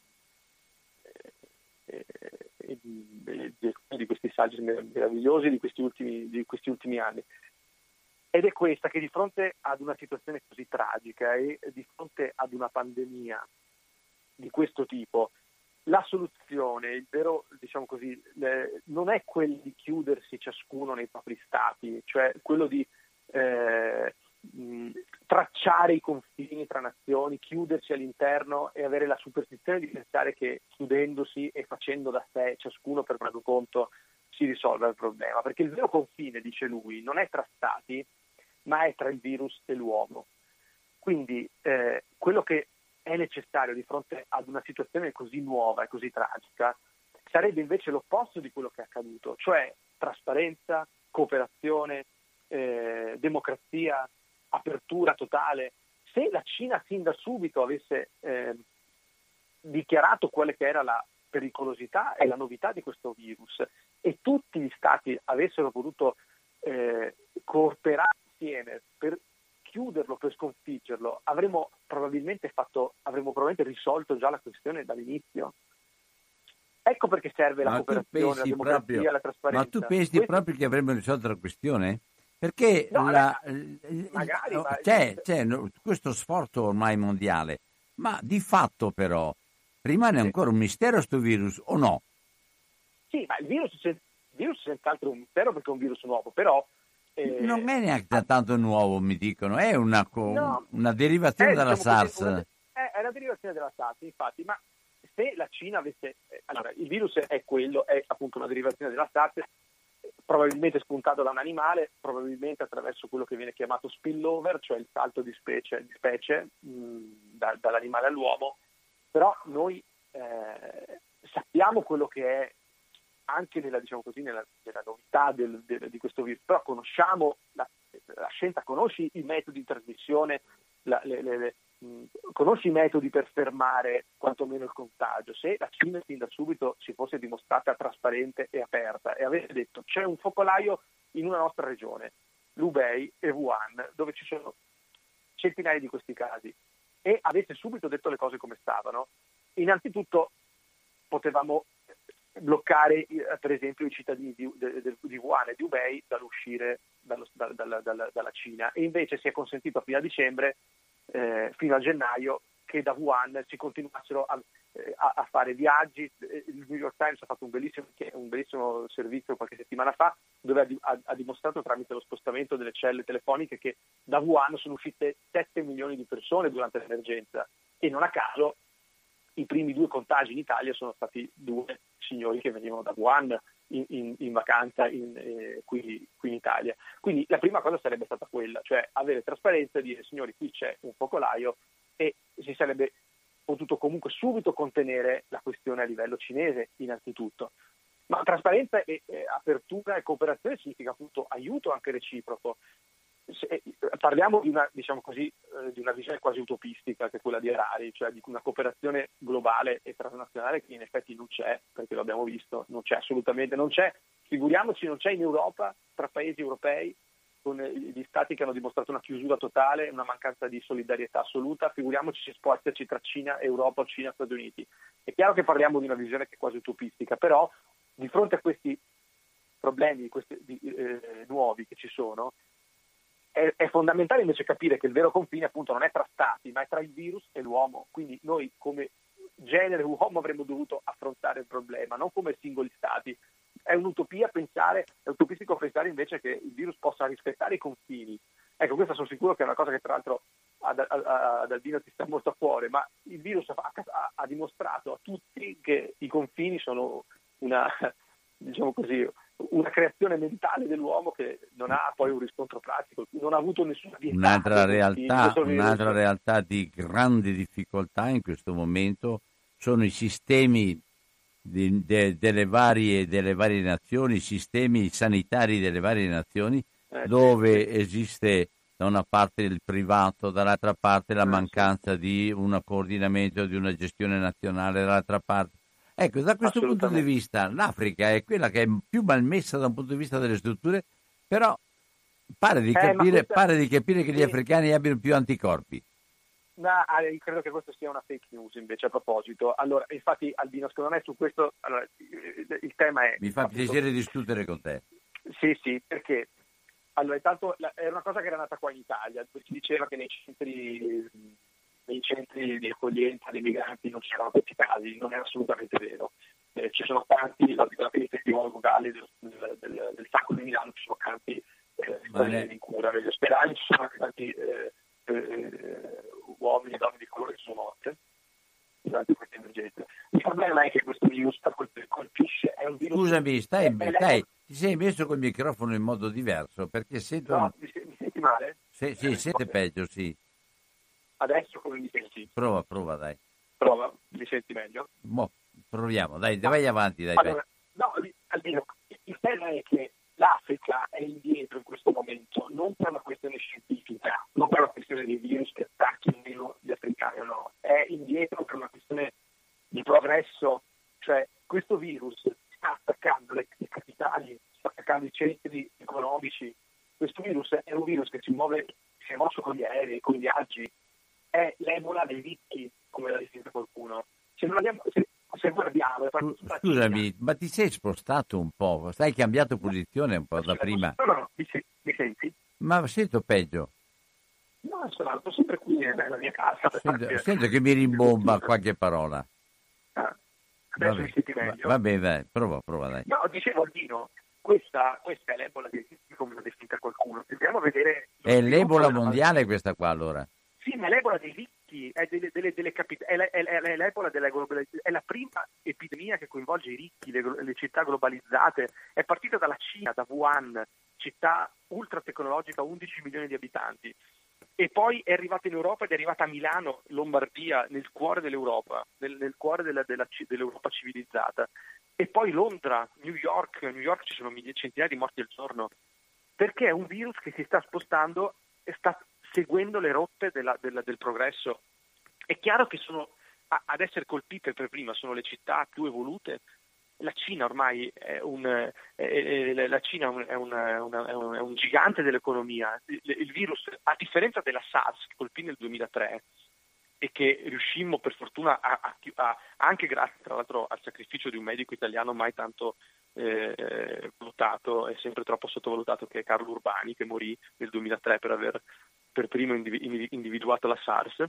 e, e, e di, di questi saggi meravigliosi di questi ultimi, di questi ultimi anni. Ed è questa, che di fronte ad una situazione così tragica e di fronte ad una pandemia di questo tipo, la soluzione, il vero, diciamo così, le, non è quello di chiudersi ciascuno nei propri stati, cioè quello di eh, mh, tracciare i confini tra nazioni, chiudersi all'interno e avere la superstizione di pensare che chiudendosi e facendo da sé, ciascuno per proprio conto, si risolva il problema. Perché il vero confine, dice lui, non è tra stati, ma è tra il virus e l'uomo. Quindi eh, quello che è necessario di fronte ad una situazione così nuova e così tragica sarebbe invece l'opposto di quello che è accaduto, cioè trasparenza, cooperazione, eh, democrazia, apertura totale. Se la Cina sin da subito avesse eh, dichiarato quale che era la pericolosità e la novità di questo virus e tutti gli stati avessero potuto eh, cooperare insieme per chiuderlo, per sconfiggerlo, avremmo probabilmente fatto, avremmo probabilmente risolto già la questione dall'inizio. Ecco perché serve la ma cooperazione, la democrazia, proprio, la trasparenza. Ma tu pensi Questo... proprio che avremmo risolto la questione? Perché no, la, vabbè, magari, oh, ma... c'è, c'è questo sforzo ormai mondiale, Ma di fatto però rimane sì. ancora un mistero sto virus, o no? Sì, ma il virus, il virus è senz'altro un mistero perché è un virus nuovo, però... Eh, non è neanche tanto nuovo, mi dicono, è una, no, una derivazione è, dalla diciamo SARS. così, una, è, è la derivazione della SARS, infatti, ma se la Cina avesse... Eh, allora, il virus è quello, è appunto una derivazione della SARS, probabilmente spuntato da un animale, probabilmente attraverso quello che viene chiamato spillover, cioè il salto di specie, di specie mh, da, dall'animale all'uomo, però noi eh, sappiamo quello che è anche nella, diciamo così, nella, nella novità del, del, di questo virus, però conosciamo, la, la scienza conosce i metodi di trasmissione, la, le, le, le, mh, conosce i metodi per fermare quantomeno il contagio. Se la Cina fin da subito si fosse dimostrata trasparente e aperta e avesse detto c'è un focolaio in una nostra regione, l'Hubei e Wuhan, dove ci sono centinaia di questi casi, e avesse subito detto le cose come stavano, innanzitutto potevamo bloccare per esempio i cittadini di, di, di Wuhan e di Hubei dall'uscire dallo, da, da, da, dalla Cina, e invece si è consentito fino a dicembre, eh, fino a gennaio, che da Wuhan si continuassero a, a, a fare viaggi. Il New York Times ha fatto un bellissimo, un bellissimo servizio qualche settimana fa, dove ha, ha, ha dimostrato tramite lo spostamento delle celle telefoniche che da Wuhan sono uscite sette milioni di persone durante l'emergenza, e non a caso i primi due contagi in Italia sono stati due signori che venivano da Wuhan in, in, in vacanza in, eh, qui, qui in Italia. Quindi la prima cosa sarebbe stata quella, cioè avere trasparenza e dire signori, qui c'è un focolaio, e si sarebbe potuto comunque subito contenere la questione a livello cinese innanzitutto. Ma trasparenza e, e apertura e cooperazione significa appunto aiuto anche reciproco. Se, parliamo di una, diciamo così, eh, di una visione quasi utopistica, che è quella di Harari, cioè di una cooperazione globale e transnazionale che in effetti non c'è, perché lo abbiamo visto, non c'è assolutamente, non c'è, figuriamoci, non c'è in Europa, tra paesi europei, con gli stati che hanno dimostrato una chiusura totale, una mancanza di solidarietà assoluta, figuriamoci se si può esserci tra Cina, Europa o Cina, Stati Uniti. È chiaro che parliamo di una visione che è quasi utopistica, però di fronte a questi problemi questi, di, eh, nuovi che ci sono, È, è fondamentale invece capire che il vero confine appunto non è tra stati, ma è tra il virus e l'uomo. Quindi noi come genere uomo avremmo dovuto affrontare il problema, non come singoli stati. È un'utopia pensare, è utopistico pensare invece che il virus possa rispettare i confini. Ecco, questa sono sicuro che è una cosa che tra l'altro ad, ad Albino ti sta molto a cuore, ma il virus ha, ha, ha dimostrato a tutti che i confini sono una, diciamo così, una creazione mentale dell'uomo che non ha poi un riscontro pratico, non ha avuto nessuna pietà. Un'altra realtà, un'altra realtà di grande difficoltà in questo momento sono i sistemi di, de, delle, varie, delle varie nazioni, i sistemi sanitari delle varie nazioni, eh, dove sì. esiste da una parte il privato, dall'altra parte la mancanza di un coordinamento, di una gestione nazionale, dall'altra parte. Ecco, da questo punto di vista l'Africa è quella che è più malmessa da un punto di vista delle strutture, però pare di, capire, eh, questa... pare di capire che gli africani abbiano più anticorpi. Ma io credo che questo sia una fake news invece a proposito. Allora, infatti Albino, secondo me su questo allora, il tema è... Mi fa appunto, piacere discutere con te. Sì, sì, perché allora intanto era una cosa che era nata qua in Italia, dove si diceva che nei centri... nei centri di accoglienza dei migranti non c'erano questi casi, non è assolutamente vero. Eh, ci sono tanti, la epidemiologo Galli del, del, del, del Sacco di Milano, ci sono tanti eh, di cura negli ospedali, ci sono anche tanti eh, eh, uomini e donne di colore che sono morte durante questa emergenza. Il problema è che questo virus colpisce, è un virus... Scusami, stai, è, stai, ti sei messo col microfono in modo diverso, perché sento... No, mi, mi senti male? Se, sì, eh, sente peggio, sì. Adesso come mi senti? Prova, prova, dai. Prova, mi senti meglio? Mo, proviamo, dai, no. vai avanti, dai. Allora, no, almeno, il tema è che l'Africa è indietro in questo momento, non per una questione scientifica, non per una questione di virus che attacchi meno gli africani o no, è indietro per una questione di progresso, cioè questo virus sta attaccando le capitali, sta attaccando i centri economici, questo virus è un virus che si muove, si è mosso con gli aerei, con gli viaggi, è l'Ebola dei ricchi, come la definita qualcuno. Se non andiamo, se, se guardiamo... Scusami, ma ti sei spostato un po'? Hai cambiato posizione un po' da prima? No, no, mi, mi senti? Ma sento peggio. No, sono sempre qui nella mia casa. Sento, sento che mi rimbomba qualche parola. Ah, adesso Vabbè, mi senti meglio? va bene, dai, prova, prova, dai. No, dicevo Albino, questa, questa è l'Ebola dei ricchi, come l'ha definita qualcuno. Andiamo a vedere... È l'Ebola mondiale questa qua, allora? Sì, ma è l'Ebola dei ricchi, è, delle, delle, delle capit- è, è, è, è l'Ebola della globalizzazione, è la prima epidemia che coinvolge i ricchi, le, le città globalizzate. È partita dalla Cina, da Wuhan, città ultra tecnologica, undici milioni di abitanti. E poi è arrivata in Europa ed è arrivata a Milano, Lombardia, nel cuore dell'Europa, nel, nel cuore della, della, dell'Europa civilizzata. E poi Londra, New York, New York ci sono centinaia di morti al giorno, perché è un virus che si sta spostando e sta seguendo le rotte della, della, del progresso. È chiaro che sono a, ad essere colpite per prima sono le città più evolute. La Cina ormai è un, è, è, la Cina è, una, una, è, un, è un gigante dell'economia. Il, il virus, a differenza della SARS che colpì nel duemilatré e che riuscimmo per fortuna a, a, a, anche grazie tra l'altro al sacrificio di un medico italiano mai tanto eh, valutato e sempre troppo sottovalutato, che è Carlo Urbani, che morì nel duemilatré per aver per primo individuato la SARS.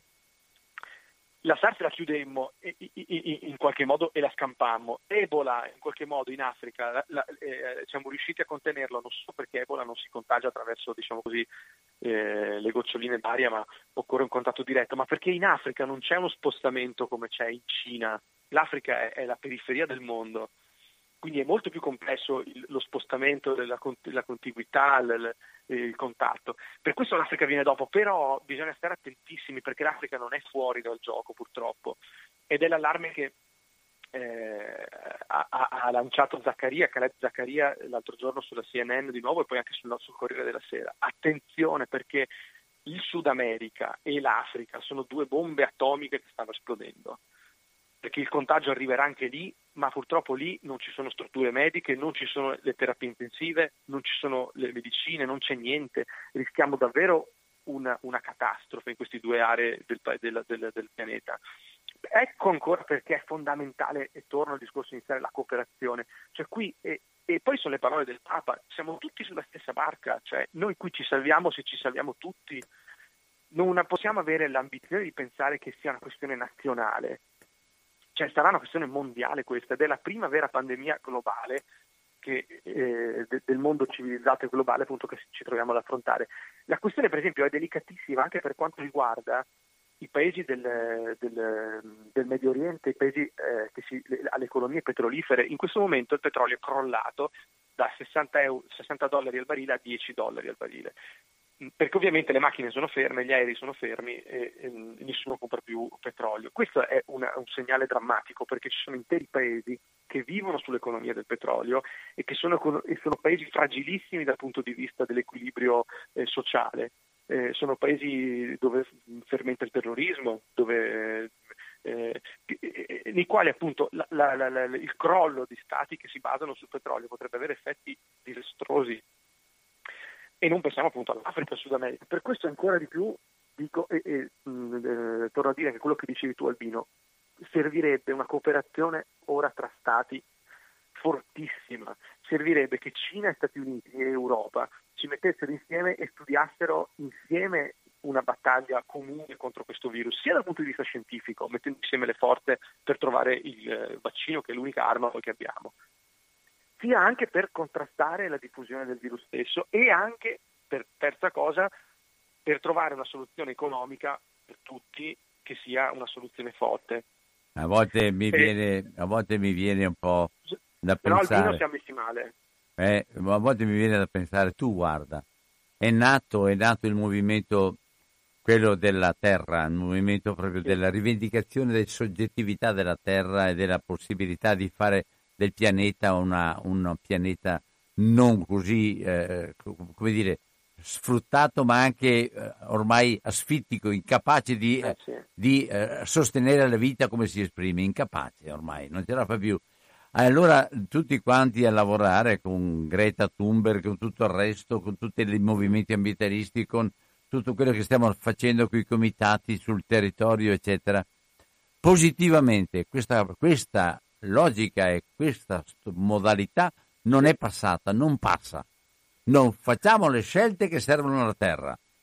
La SARS la chiudemmo in qualche modo e la scampammo. Ebola in qualche modo in Africa la, la, eh, siamo riusciti a contenerlo, non solo perché Ebola non si contagia attraverso, diciamo così, eh, le goccioline d'aria, ma occorre un contatto diretto, ma perché in Africa non c'è uno spostamento come c'è in Cina. L'Africa è, è la periferia del mondo, quindi è molto più complesso il, lo spostamento della la contiguità, il, il contatto. Per questo l'Africa viene dopo, però bisogna stare attentissimi perché l'Africa non è fuori dal gioco purtroppo, ed è l'allarme che eh, ha, ha lanciato Zaccaria, Khaled Zaccaria l'altro giorno sulla C N N di nuovo e poi anche sul, sul Corriere della Sera. Attenzione, perché il Sud America e l'Africa sono due bombe atomiche che stanno esplodendo, perché il contagio arriverà anche lì, ma purtroppo lì non ci sono strutture mediche, non ci sono le terapie intensive, non ci sono le medicine, non c'è niente. Rischiamo davvero una, una catastrofe in queste due aree del, del, del, del pianeta. Ecco ancora perché è fondamentale, e torno al discorso iniziale, la cooperazione. Cioè qui, e, e poi sono le parole del Papa, siamo tutti sulla stessa barca, cioè noi qui ci salviamo se ci salviamo tutti. Non possiamo avere l'ambizione di pensare che sia una questione nazionale. Cioè sarà una questione mondiale questa, ed è la prima vera pandemia globale che, eh, de, del mondo civilizzato e globale appunto che ci troviamo ad affrontare. La questione per esempio è delicatissima anche per quanto riguarda i paesi del, del, del Medio Oriente, i paesi eh, che si, le, alle economie petrolifere. In questo momento il petrolio è crollato da sessanta, euro, sessanta dollari al barile a dieci dollari al barile. Perché ovviamente le macchine sono ferme, gli aerei sono fermi e, e nessuno compra più petrolio. Questo è una, un segnale drammatico, perché ci sono interi paesi che vivono sull'economia del petrolio e che sono, e sono paesi fragilissimi dal punto di vista dell'equilibrio eh, sociale. Eh, sono paesi dove fermenta il terrorismo, dove, eh, eh, nei quali appunto la, la, la, la, il crollo di stati che si basano sul petrolio potrebbe avere effetti disastrosi. E non pensiamo appunto all'Africa e al Sud America. Per questo ancora di più dico e, e mh, eh, torno a dire che quello che dicevi tu, Albino, servirebbe una cooperazione ora tra stati fortissima. Servirebbe che Cina e Stati Uniti e Europa ci mettessero insieme e studiassero insieme una battaglia comune contro questo virus, sia dal punto di vista scientifico, mettendo insieme le forze per trovare il vaccino, che è l'unica arma poi che abbiamo, sia anche per contrastare la diffusione del virus stesso, e anche, per terza cosa, per trovare una soluzione economica per tutti che sia una soluzione forte. A volte mi, e, viene, a volte mi viene un po' da però pensare... Però Albino siamo messi male. Eh, a volte mi viene da pensare, tu guarda, è nato, è nato il movimento, quello della terra, il movimento proprio della rivendicazione della soggettività della terra e della possibilità di fare del pianeta una, un pianeta non così, eh, come dire, sfruttato, ma anche eh, ormai asfittico, incapace di, eh, sì. di eh, sostenere la vita come si esprime, incapace ormai, non ce la fa più. Allora tutti quanti a lavorare con Greta Thunberg, con tutto il resto, con tutti i movimenti ambientalisti, con tutto quello che stiamo facendo con i comitati sul territorio, eccetera, positivamente questa, questa logica e questa modalità non è passata, non passa. Non facciamo le scelte che servono alla terra,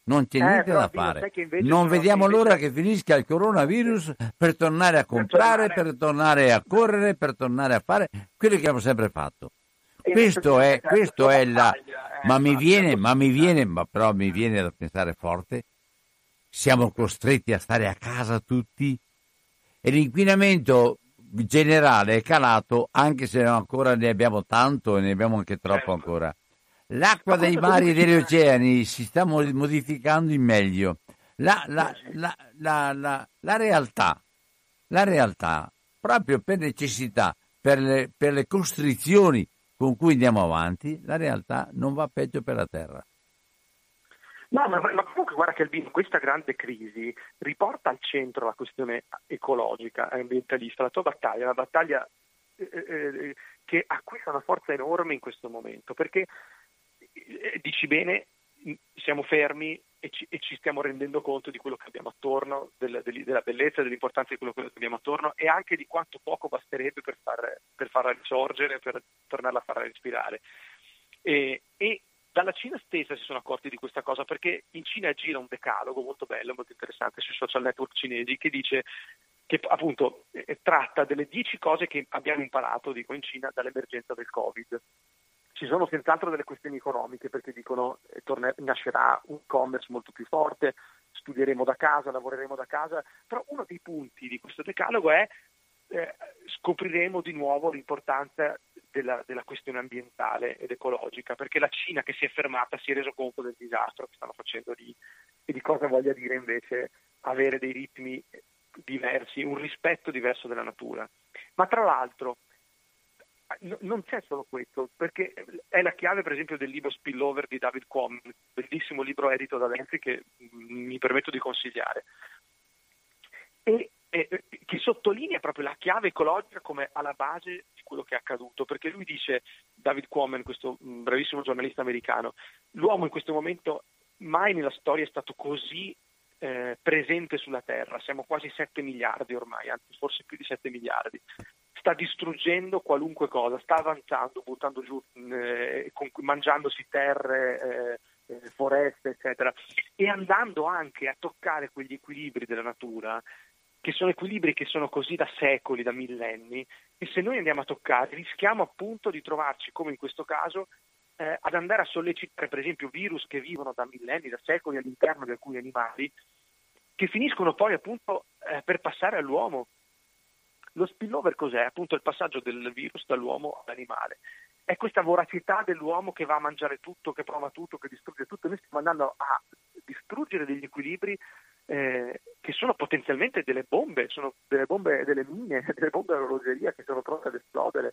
non c'è Eh, niente però, da Dino, fare. sai che invece Non sono- vediamo invece- l'ora che finisca il coronavirus per tornare a comprare, tornare- per tornare a correre, per tornare a fare quello che abbiamo sempre fatto. E Questo è, certo, questo è la... battaglia, eh, Ma mi infatti, viene, la ma mi possibilità. viene, ma però mi viene da pensare forte. Siamo costretti a stare a casa tutti e l'inquinamento generale è calato, anche se ancora ne abbiamo tanto e ne abbiamo anche troppo Certo. ancora. L'acqua Ma dei questo mari e comunque degli ci- oceani si sta mo- modificando in meglio. La, la, la, la, la, la realtà, la realtà, proprio per necessità, per le, per le costrizioni con cui andiamo avanti, la realtà non va peggio per la Terra. No, ma, ma comunque guarda che Albino, questa grande crisi riporta al centro la questione ecologica e ambientalista, la tua battaglia, una battaglia eh, eh, che acquista una forza enorme in questo momento, perché eh, dici bene, siamo fermi e ci, e ci stiamo rendendo conto di quello che abbiamo attorno, del, del, della bellezza e dell'importanza di quello che abbiamo attorno e anche di quanto poco basterebbe per, far, per farla risorgere, per tornarla a farla respirare. E, e dalla Cina stessa si sono accorti di questa cosa, perché in Cina gira un decalogo molto bello, molto interessante sui social network cinesi, che dice che appunto eh, tratta delle dieci cose che abbiamo imparato, dico, in Cina dall'emergenza del Covid. Ci sono senz'altro delle questioni economiche, perché dicono eh, torner- nascerà un e-commerce molto più forte, studieremo da casa, lavoreremo da casa, però uno dei punti di questo decalogo è eh, scopriremo di nuovo l'importanza della, della questione ambientale ed ecologica, perché la Cina, che si è fermata, si è reso conto del disastro che stanno facendo lì e di cosa voglia dire invece avere dei ritmi diversi, un rispetto diverso della natura. Ma tra l'altro non c'è solo questo, perché è la chiave per esempio del libro Spillover di David Quammen, bellissimo libro edito da Lenzi che mi permetto di consigliare, e, e che sottolinea proprio la chiave ecologica come alla base di quello che è accaduto, perché lui dice, David Quammen, questo bravissimo giornalista americano, l'uomo in questo momento mai nella storia è stato così eh, presente sulla Terra, siamo quasi sette miliardi ormai, anzi forse più di sette miliardi. Sta distruggendo qualunque cosa, sta avanzando, buttando giù, eh, con, mangiandosi terre, eh, eh, foreste, eccetera, e andando anche a toccare quegli equilibri della natura, che sono equilibri che sono così da secoli, da millenni, e se noi andiamo a toccare rischiamo appunto di trovarci, come in questo caso, eh, ad andare a sollecitare per esempio virus che vivono da millenni, da secoli all'interno di alcuni animali, che finiscono poi appunto eh, per passare all'uomo. Lo spillover cos'è? Appunto il passaggio del virus dall'uomo all'animale. È questa voracità dell'uomo che va a mangiare tutto, che prova tutto, che distrugge tutto. Noi stiamo andando a distruggere degli equilibri eh, che sono potenzialmente delle bombe, sono delle bombe, delle mine, delle bombe all'orologeria che sono pronte ad esplodere.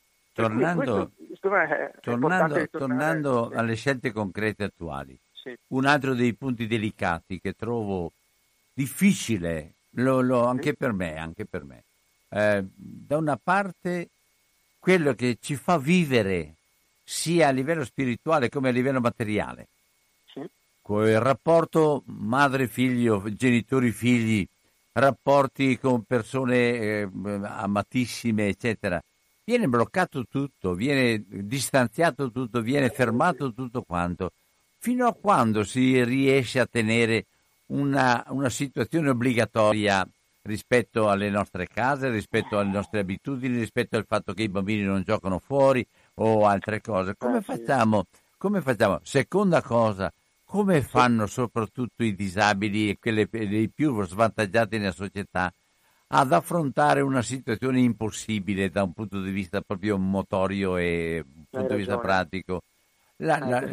Tornando, questo, è tornando, tornare, tornando sì. alle scelte concrete attuali, sì. un altro dei punti delicati che trovo difficile, lo, lo, anche sì. per me, anche per me. Eh, da una parte quello che ci fa vivere sia a livello spirituale come a livello materiale, sì. con il rapporto madre-figlio, genitori-figli, rapporti con persone eh, amatissime, eccetera, viene bloccato tutto, viene distanziato tutto, viene fermato tutto quanto, fino a quando si riesce a tenere una, una situazione obbligatoria rispetto alle nostre case, rispetto alle nostre abitudini, rispetto al fatto che i bambini non giocano fuori o altre cose. Come facciamo? Come facciamo? Seconda cosa, come fanno soprattutto i disabili e quelli i più svantaggiati nella società ad affrontare una situazione impossibile da un punto di vista proprio motorio e un punto di vista pratico? La, la,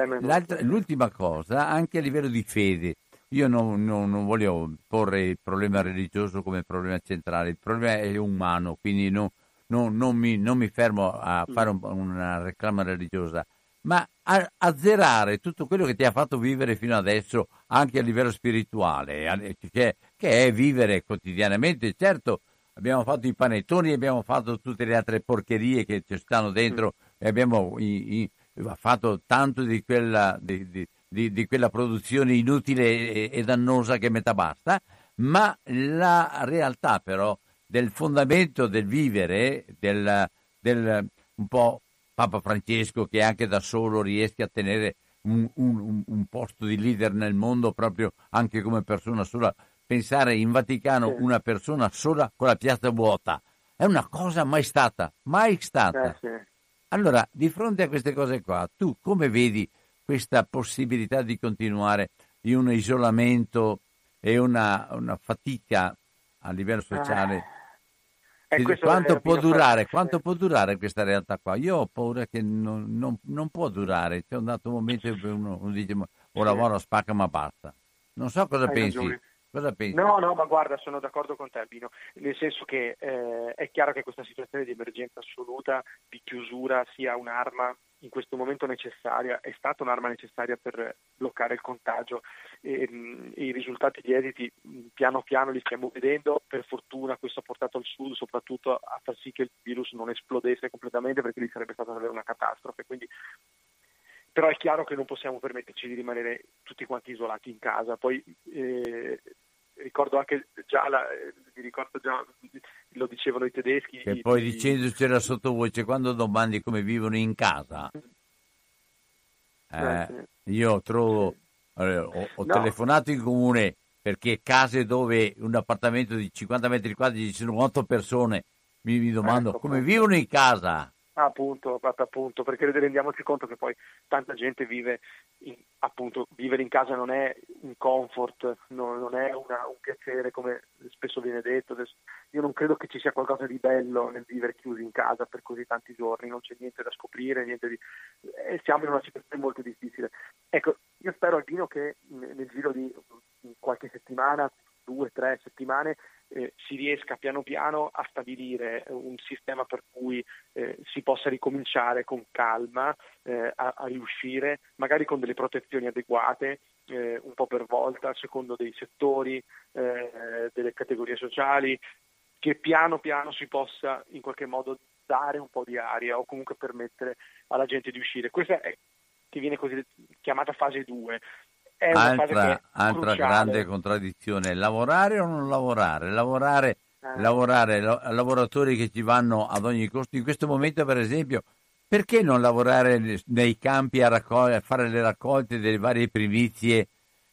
eh, l'ultima cosa, anche a livello di fede, io non, non, non voglio porre il problema religioso come problema centrale, il problema è umano, quindi non, non, non, mi, non mi fermo a fare un, una reclama religiosa, ma a azzerare tutto quello che ti ha fatto vivere fino adesso anche a livello spirituale, che, che è vivere quotidianamente. Certo, abbiamo fatto i panettoni, abbiamo fatto tutte le altre porcherie che ci stanno dentro e abbiamo i, i, fatto tanto di quella... Di, di, Di, di quella produzione inutile e, e dannosa che metà basta, ma la realtà però del fondamento del vivere, del, del un po' Papa Francesco che anche da solo riesce a tenere un, un, un posto di leader nel mondo proprio anche come persona sola. Pensare in Vaticano sì. una persona sola con la piazza vuota è una cosa mai stata, mai stata. Eh, sì. Allora, di fronte a queste cose qua, tu come vedi questa possibilità di continuare in un isolamento e una, una fatica a livello sociale? Eh, eh, questo Quanto è può Pino, durare? sì. Quanto può durare questa realtà qua? Io ho paura che non, non, non può durare. C'è un dato momento in cui uno, uno dice ma, o Sì, lavoro, spacca, ma basta. Non so cosa hai pensi. ragione. Cosa pensi? No, no, ma guarda, sono d'accordo con te, Albino, nel senso che eh, è chiaro che questa situazione di emergenza assoluta, di chiusura, sia un'arma in questo momento necessaria, è stata un'arma necessaria per bloccare il contagio e, mh, i risultati di esiti mh, piano piano li stiamo vedendo. Per fortuna questo ha portato al sud soprattutto a far sì che il virus non esplodesse completamente, perché lì sarebbe stata davvero una catastrofe. Quindi però è chiaro che non possiamo permetterci di rimanere tutti quanti isolati in casa. Poi eh, ricordo anche già, la, mi ricordo già, lo dicevano i tedeschi. E i, poi i, dicendocela sottovoce, quando domandi come vivono in casa, eh, eh, sì. io trovo, Sì. eh, ho, ho No. telefonato in comune perché case dove un appartamento di cinquanta metri quadri ci sono otto persone, mi, mi domando Ecco, come appunto. vivono in casa. Appunto, appunto, perché rendiamoci conto che poi tanta gente vive, in, appunto, vivere in casa non è un comfort, no, non è una, un piacere come spesso viene detto. Adesso, io non credo che ci sia qualcosa di bello nel vivere chiusi in casa per così tanti giorni, non c'è niente da scoprire, niente di... eh, siamo in una situazione molto difficile. Ecco, io spero, Albino, che nel giro di qualche settimana, due, tre settimane, Eh, si riesca piano piano a stabilire un sistema per cui eh, si possa ricominciare con calma eh, a, a riuscire, magari con delle protezioni adeguate, eh, un po' per volta, a secondo dei settori, eh, delle categorie sociali, che piano piano si possa in qualche modo dare un po' di aria o comunque permettere alla gente di uscire. Questa è, che viene così chiamata fase due. È una fase che Altra, è altra cruciale. grande contraddizione, lavorare o non lavorare? Lavorare, Eh. lavorare, lo- lavoratori che ci vanno ad ogni costo. In questo momento, per esempio, perché non lavorare ne- nei campi a raccogliere, a fare le raccolte delle varie primizie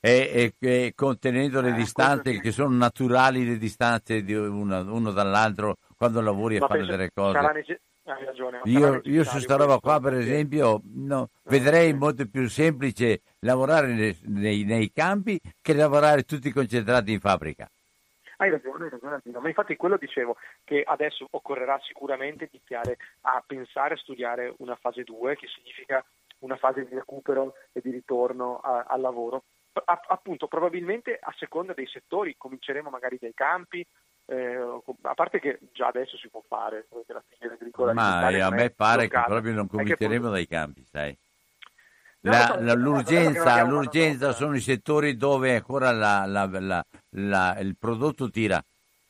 e, e- e contenendo le Eh, distanze questo sì. che sono naturali, le distanze di uno, uno dall'altro quando lavori a Ma fare penso delle cose? sarà nece- hai ragione, ma sarà Io, io su necessario sta roba questo, qua, per perché- esempio, no, eh, vedrei sì. molto più semplice lavorare nei, nei- nei campi che lavorare tutti concentrati in fabbrica. Hai ragione, hai ragione, Albino. Ma infatti quello dicevo, che adesso occorrerà sicuramente iniziare a pensare, a studiare una fase due, che significa una fase di recupero e di ritorno a- al lavoro. A- appunto, probabilmente a seconda dei settori, cominceremo magari dai campi, eh, a parte che già adesso si può fare, perché la filiera agricola Ma alimentare eh, a non me è pare che bloccata. proprio non È che cominceremo pur- dai campi, sai. No, lo La- so, la- no, il problema è che non l'urgenza, abbiamo l'urgenza manodopera. sono i settori dove ancora la- la- la- la- il prodotto tira.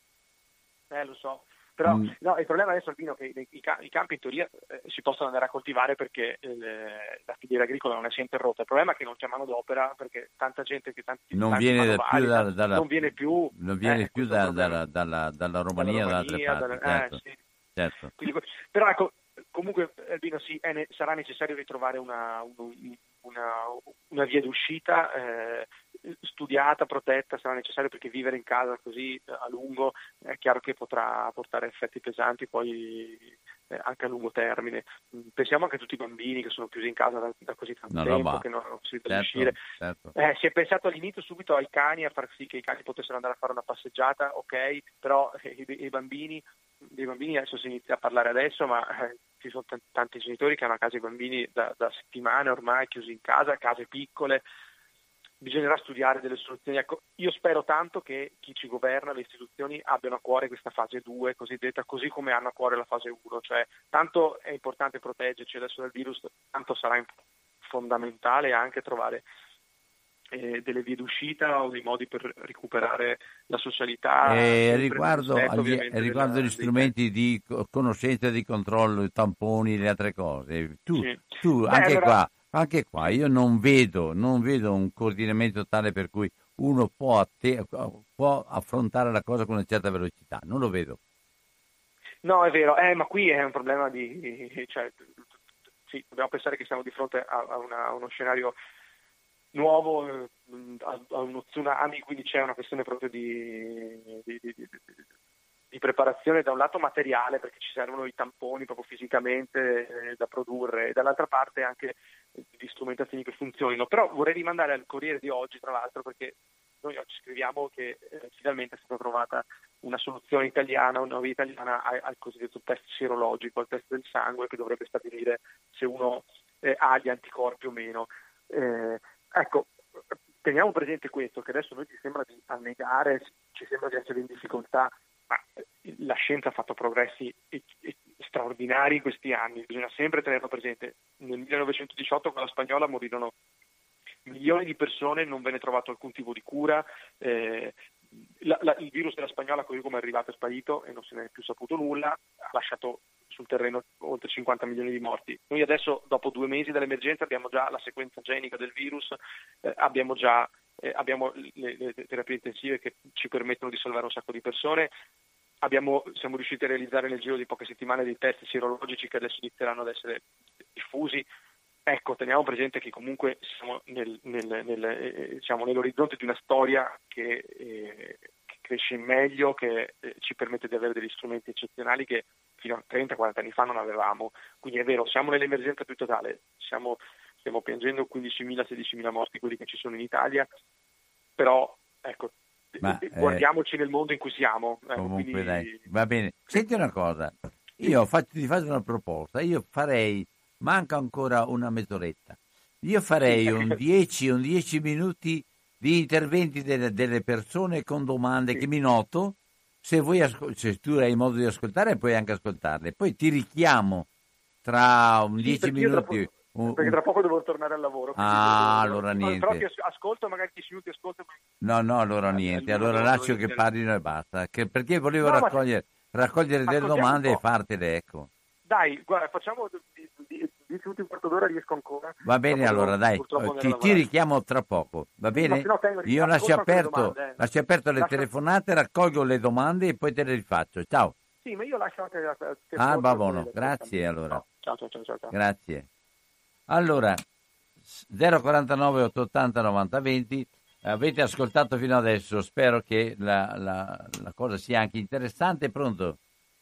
Eh, lo so. Però Mm. no, il problema adesso, Albino, è che i, i ca- i campi in teoria eh, si possono andare a coltivare perché eh, la filiera agricola non è sempre rotta. Il problema è che non c'è manodopera perché tanta gente che tanti, Non tanti viene da- più manovali, da- tanti- dalla, non viene più, non viene eh, più questo è il da- problema. dalla, dalla- dalla Dalla Romania o da altre Romania, parti, dalla- certo. eh, sì. certo. Quindi, però ecco, comunque Albino, sì, è ne- sarà necessario ritrovare una, un- una, una via d'uscita eh, studiata, protetta, sarà necessario, perché vivere in casa così eh, a lungo è chiaro che potrà portare effetti pesanti poi eh, anche a lungo termine. Mm, Pensiamo anche a tutti i bambini che sono chiusi in casa da, da così tanto Una tempo roba. che non, non si riesce a Certo, uscire. certo. Eh, si è pensato all'inizio subito ai cani, a far sì che i cani potessero andare a fare una passeggiata, ok, però eh, i, i bambini, dei bambini adesso si inizia a parlare adesso, ma eh, ci sono t- tanti genitori che hanno a casa i bambini da, da settimane ormai chiusi in casa, case piccole. Bisognerà studiare delle soluzioni. Ecco, io spero tanto che chi ci governa, le istituzioni, abbiano a cuore questa fase due cosiddetta, così come hanno a cuore la fase uno, cioè tanto è importante proteggerci adesso dal virus, tanto sarà imp- fondamentale anche trovare eh, delle vie d'uscita o dei modi per recuperare la socialità. E sempre riguardo, nel rispetto, agli, ovviamente, riguardo della- agli dei strumenti di co- conoscenza e di controllo, i tamponi, le altre cose, tu, Sì. tu Beh, anche allora- qua, anche qua io non vedo, non vedo un coordinamento tale per cui uno può, atte- può affrontare la cosa con una certa velocità, non lo vedo. No, è vero, eh, ma qui è un problema di... cioè, sì, dobbiamo pensare che siamo di fronte a, a, una, a uno scenario nuovo, eh, a, a uno tsunami, quindi c'è una questione proprio di, di, di, di, di preparazione da un lato materiale, perché ci servono i tamponi proprio fisicamente eh, da produrre, e dall'altra parte anche di strumentazioni che funzionino. Però vorrei rimandare al Corriere di oggi, tra l'altro, perché noi oggi scriviamo che eh, finalmente è stata trovata una soluzione italiana, una via italiana al, al cosiddetto test sierologico, al test del sangue, che dovrebbe stabilire se uno eh, ha gli anticorpi o meno. Eh, ecco, teniamo presente questo, che adesso noi ci sembra di annegare, ci sembra di essere in difficoltà, ma la scienza ha fatto progressi straordinari in questi anni, bisogna sempre tenerlo presente. Nel millenovecentodiciotto con la spagnola morirono milioni di persone, non venne trovato alcun tipo di cura, eh, la, la, il virus della spagnola, così come è arrivato, è sparito e non se ne è più saputo nulla, ha lasciato sul terreno oltre cinquanta milioni di morti. Noi adesso, dopo due mesi dall'emergenza, abbiamo già la sequenza genica del virus, eh, abbiamo già eh, abbiamo le, le terapie intensive che ci permettono di salvare un sacco di persone. Abbiamo, siamo riusciti a realizzare nel giro di poche settimane dei test sierologici che adesso inizieranno ad essere diffusi. Ecco, teniamo presente che comunque siamo nel, nel, nel, eh, diciamo, nell'orizzonte di una storia che, eh, che cresce in meglio, che eh, ci permette di avere degli strumenti eccezionali che fino a trenta quaranta anni fa non avevamo. Quindi è vero, siamo nell'emergenza più totale, siamo, stiamo piangendo quindicimila sedicimila morti, quelli che ci sono in Italia, però ecco, Ma, guardiamoci eh, nel mondo in cui siamo. Ecco, comunque quindi... dai, va bene. Senti una cosa, io faccio, ti faccio una proposta, io farei, manca ancora una mezz'oretta, io farei un dieci, un dieci minuti di interventi delle, delle persone con domande sì. che mi noto, se, vuoi ascol- se tu hai modo di ascoltare puoi anche ascoltarle, poi ti richiamo tra un sì, dieci minuti. Un, perché tra poco devo tornare al lavoro. Ah, allora niente. Però ti ascolto, magari dieci minuti ascolto. No, no, allora niente. Allora lascio che parlino e basta. Che, perché volevo no, raccogliere, ma... raccogliere delle domande e fartele, ecco. Dai, guarda, facciamo dieci minuti, un quarto d'ora, riesco ancora. Va bene, allora, dai. Ti, ti richiamo tra poco, va bene? No, tengo, Io lascio aperto, domande, eh. lascio aperto le lascio... telefonate, raccolgo le domande e poi te le rifaccio. Ciao. Sì, ma io lascio anche... Ah, va buono. Grazie, allora. No. Ciao, ciao, ciao, ciao. Grazie. Allora, zero quarantanove ottocentottanta novanta venti, avete ascoltato fino adesso, spero che la, la, la cosa sia anche interessante. Pronto?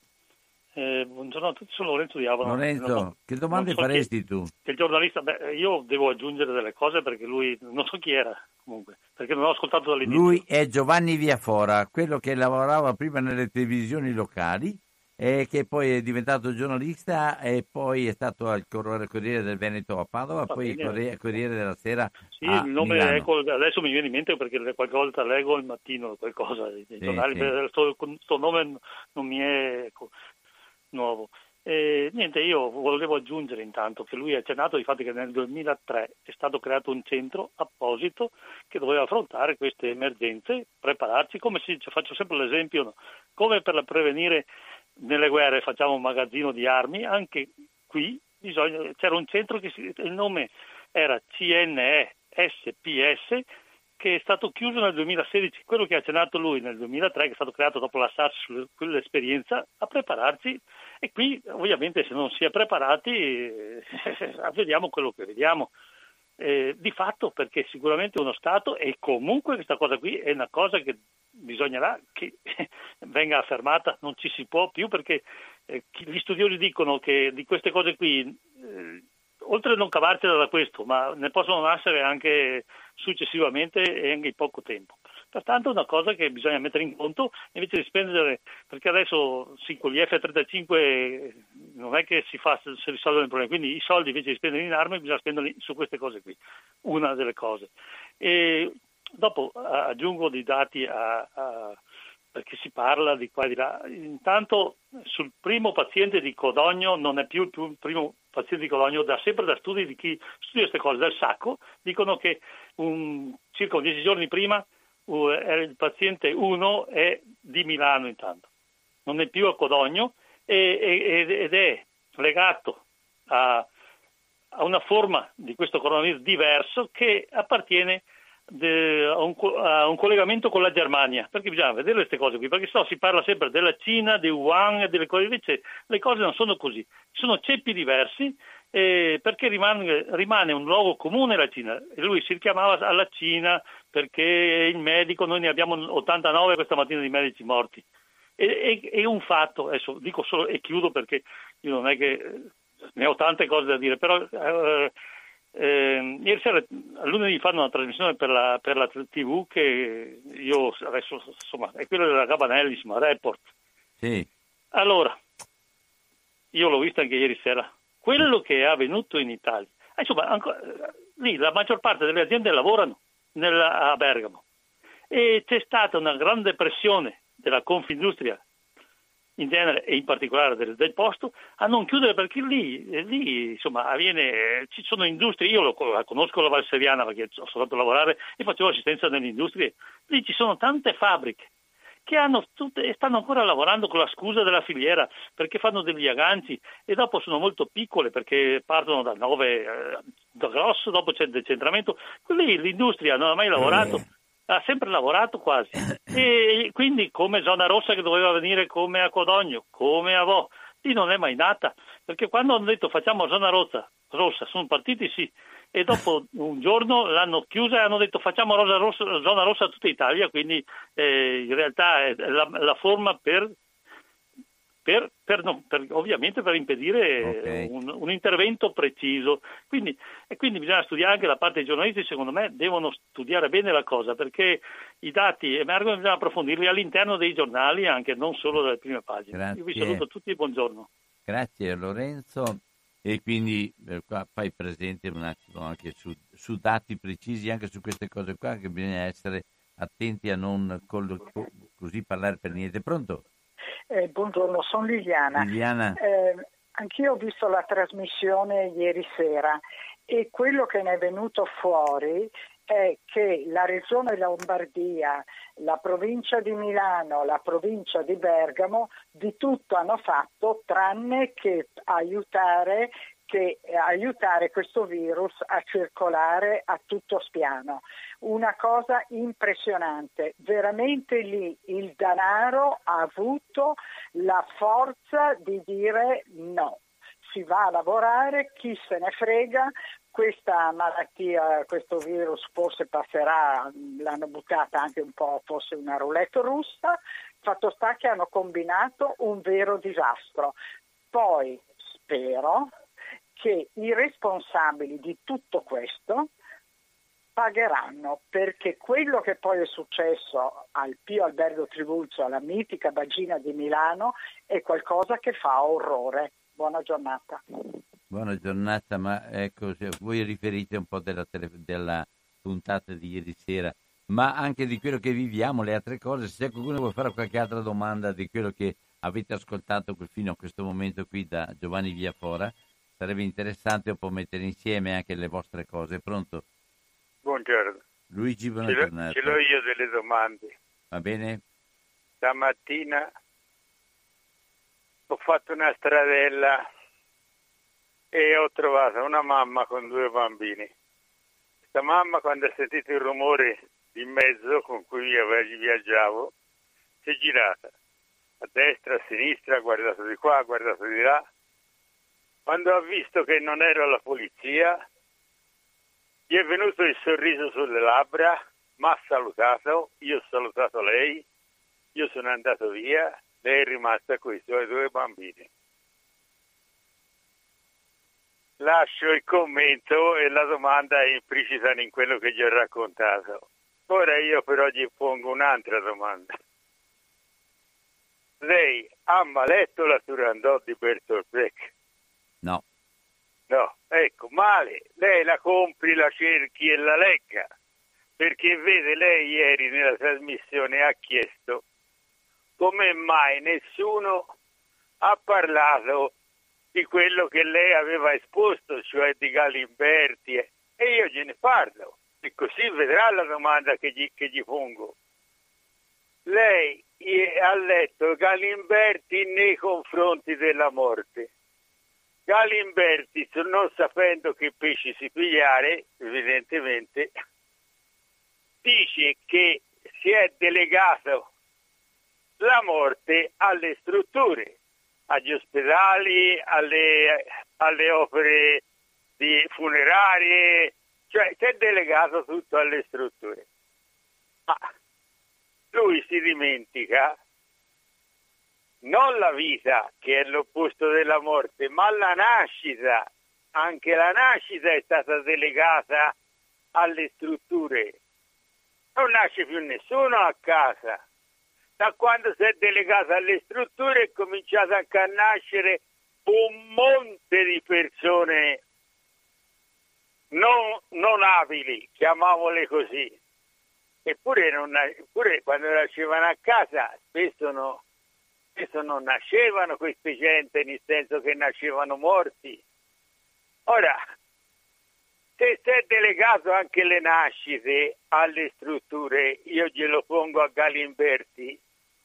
Eh, buongiorno a tutti, sono Lorenzo Diavolo. Lorenzo, no, che domande so faresti chi, tu? Che il giornalista, beh, io devo aggiungere delle cose perché lui, non so chi era comunque, perché non ho ascoltato dall'inizio. Lui è Giovanni Viafora, quello che lavorava prima nelle televisioni locali, e che poi è diventato giornalista e poi è stato al Corriere del Veneto a Padova, Va poi Corriere, Corriere della Sera sì, a il nome Milano. Ecco, adesso mi viene in mente perché qualche volta leggo il mattino qualcosa dei sì, giornali, questo sì. nome non mi è ecco, nuovo. E, niente, io volevo aggiungere intanto che lui ha accennato di fatto che nel duemilatré è stato creato un centro apposito che doveva affrontare queste emergenze, prepararci, come si dice, faccio sempre l'esempio, no? Come per prevenire nelle guerre facciamo un magazzino di armi, anche qui bisogna, c'era un centro che si, il nome era C N E S P S, che è stato chiuso nel duemilasedici, quello che ha accennato lui nel duemilatré, che è stato creato dopo la SARS, quell'esperienza, a prepararsi, e qui ovviamente se non si è preparati eh, vediamo quello che vediamo. Eh, di fatto, perché sicuramente uno Stato, e comunque questa cosa qui è una cosa che bisognerà che venga affermata, non ci si può più, perché eh, gli studiosi dicono che di queste cose qui, eh, oltre a non cavarcela da questo, ma ne possono nascere anche successivamente e anche in poco tempo. Pertanto è una cosa che bisogna mettere in conto invece di spendere, perché adesso sì, con gli F trentacinque non è che si, fa, si risolvono i problemi, quindi i soldi invece di spendere in armi bisogna spenderli su queste cose qui, una delle cose. E dopo aggiungo dei dati a, a, perché si parla di qua e di là. Intanto sul primo paziente di Codogno non è più il, più il primo paziente di Codogno, da sempre da studi di chi studia queste cose, del Sacco, dicono che un, circa dieci giorni prima uh, era il paziente uno è di Milano intanto, non è più a Codogno e, e, ed è legato a, a una forma di questo coronavirus diverso che appartiene de, a, un, a un collegamento con la Germania, perché bisogna vedere queste cose qui, perché so, si parla sempre della Cina, di Wuhan e delle cose, invece le cose non sono così, sono ceppi diversi, eh, perché rimane, rimane un luogo comune la Cina, e lui si richiamava alla Cina perché il medico, noi ne abbiamo ottantanove questa mattina di medici morti, e, e, è un fatto, adesso dico solo e chiudo perché io non è che ne ho tante cose da dire, però eh, eh, ieri sera a lunedì fanno una trasmissione per la, per la tivù che io adesso, insomma, è quella della Gabanelli, insomma, Report. Sì. Allora, io l'ho vista anche ieri sera, quello che è avvenuto in Italia, eh, insomma, ancora, lì la maggior parte delle aziende lavorano nella, a Bergamo, e c'è stata una grande pressione della Confindustria in genere e in particolare del, del posto a non chiudere, perché lì, lì insomma avviene, ci sono industrie, io lo, conosco la Valseriana perché sono stato a lavorare e facevo assistenza nelle industrie, lì ci sono tante fabbriche che hanno tutte, e stanno ancora lavorando con la scusa della filiera, perché fanno degli agganci e dopo sono molto piccole perché partono da nove, eh, da grosso, dopo c'è il decentramento, lì l'industria non ha mai lavorato, ha sempre lavorato quasi, e quindi come zona rossa che doveva venire come a Codogno, come a Vo, lì non è mai nata, perché quando hanno detto facciamo zona rossa, rossa sono partiti sì, e dopo un giorno l'hanno chiusa e hanno detto facciamo rosa rossa, zona rossa a tutta Italia, quindi eh, in realtà è la, la forma per, per, per, no, per ovviamente per impedire okay. un, un intervento preciso, quindi, e quindi bisogna studiare anche la parte dei giornalisti, secondo me devono studiare bene la cosa, perché i dati emergono e bisogna approfondirli all'interno dei giornali, anche non solo dalle prime pagine. Grazie. Io vi saluto tutti e buongiorno. Grazie Lorenzo. E quindi eh, qua fai presente un attimo anche su, su dati precisi, anche su queste cose qua, che bisogna essere attenti a non col, così parlare per niente. Pronto? Eh, buongiorno, sono Liliana. Liliana. Eh, anch'io ho visto la trasmissione ieri sera e quello che ne è venuto fuori è che la regione Lombardia, la provincia di Milano, la provincia di Bergamo di tutto hanno fatto tranne che aiutare, che aiutare questo virus a circolare a tutto spiano. Una cosa impressionante, veramente lì il denaro ha avuto la forza di dire no. Si va a lavorare, chi se ne frega, questa malattia, questo virus forse passerà, l'hanno buttata anche un po', forse una roulette russa, fatto sta che hanno combinato un vero disastro. Poi spero che i responsabili di tutto questo pagheranno, perché quello che poi è successo al Pio Albergo Trivulzio, alla mitica Bagina di Milano, è qualcosa che fa orrore. Buona giornata. Buona giornata, ma ecco, se voi riferite un po' della, tele, della puntata di ieri sera, ma anche di quello che viviamo, le altre cose. Se qualcuno vuole fare qualche altra domanda di quello che avete ascoltato fino a questo momento qui da Giovanni Viafora, sarebbe interessante un po' mettere insieme anche le vostre cose. Pronto? Buongiorno. Luigi, buona ce l'ho, giornata. Ce l'ho io delle domande. Va bene? Stamattina ho fatto una stradella e ho trovato una mamma con due bambini. Questa mamma, quando ha sentito il rumore di mezzo con cui viaggiavo, si è girata a destra, a sinistra, ha guardato di qua, ha guardato di là. Quando ha visto che non ero la polizia, gli è venuto il sorriso sulle labbra, mi ha salutato, io ho salutato lei, io sono andato via, lei è rimasta con i suoi due bambini. Lascio il commento e la domanda è implicita in quello che gli ho raccontato. Ora io però gli pongo un'altra domanda. Lei ha mai letto la Turandot di Bertolt Brecht? No. No, ecco, male. Lei la compri, la cerchi e la legga. Perché vede, lei ieri nella trasmissione ha chiesto come mai nessuno ha parlato di quello che lei aveva esposto, cioè di Galimberti, e io gliene parlo, e così vedrà la domanda che gli, che gli pongo. Lei ha letto Galimberti nei confronti della morte. Galimberti, non sapendo che pesci si pigliare, evidentemente dice che si è delegato la morte alle strutture, agli ospedali, alle, alle opere di funerarie, cioè si è delegato tutto alle strutture. Ma lui si dimentica non la vita, che è l'opposto della morte, ma la nascita. Anche la nascita è stata delegata alle strutture. Non nasce più nessuno a casa. Da quando si è delegata alle strutture è cominciato anche a nascere un monte di persone non, non abili, chiamiamole così. Eppure, non, eppure quando nascevano a casa spesso, no, spesso non nascevano queste gente, nel senso che nascevano morti. Ora, se si è delegato anche le nascite alle strutture, io glielo pongo a Galimberti,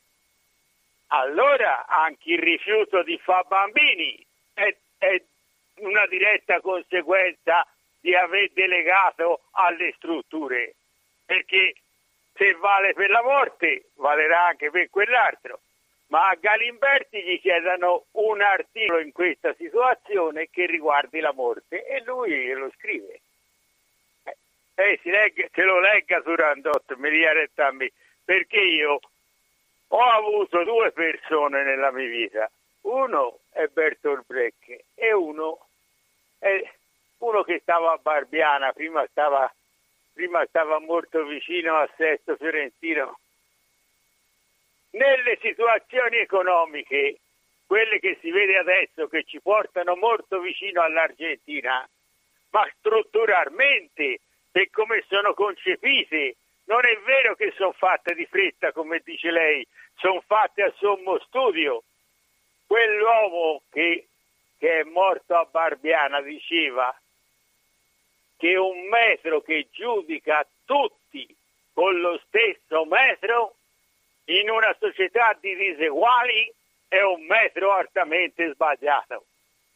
allora anche il rifiuto di fare bambini è, è una diretta conseguenza di aver delegato alle strutture, perché se vale per la morte valerà anche per quell'altro. Ma a Galimberti gli chiedono un articolo in questa situazione che riguardi la morte e lui lo scrive. Eh, eh, si legga, se lo legga su Randot, mi dia retta a me, perché io ho avuto due persone nella mia vita. Uno è Bertolt Brecht e uno è uno che stava a Barbiana, prima stava, prima stava molto vicino a Sesto Fiorentino. Nelle situazioni economiche, quelle che si vede adesso, che ci portano molto vicino all'Argentina, ma strutturalmente, per come sono concepite, non è vero che sono fatte di fretta, come dice lei, sono fatte a sommo studio. Quell'uomo che, che è morto a Barbiana diceva che un metro che giudica tutti con lo stesso metro in una società di diseguali è un metro altamente sbagliato.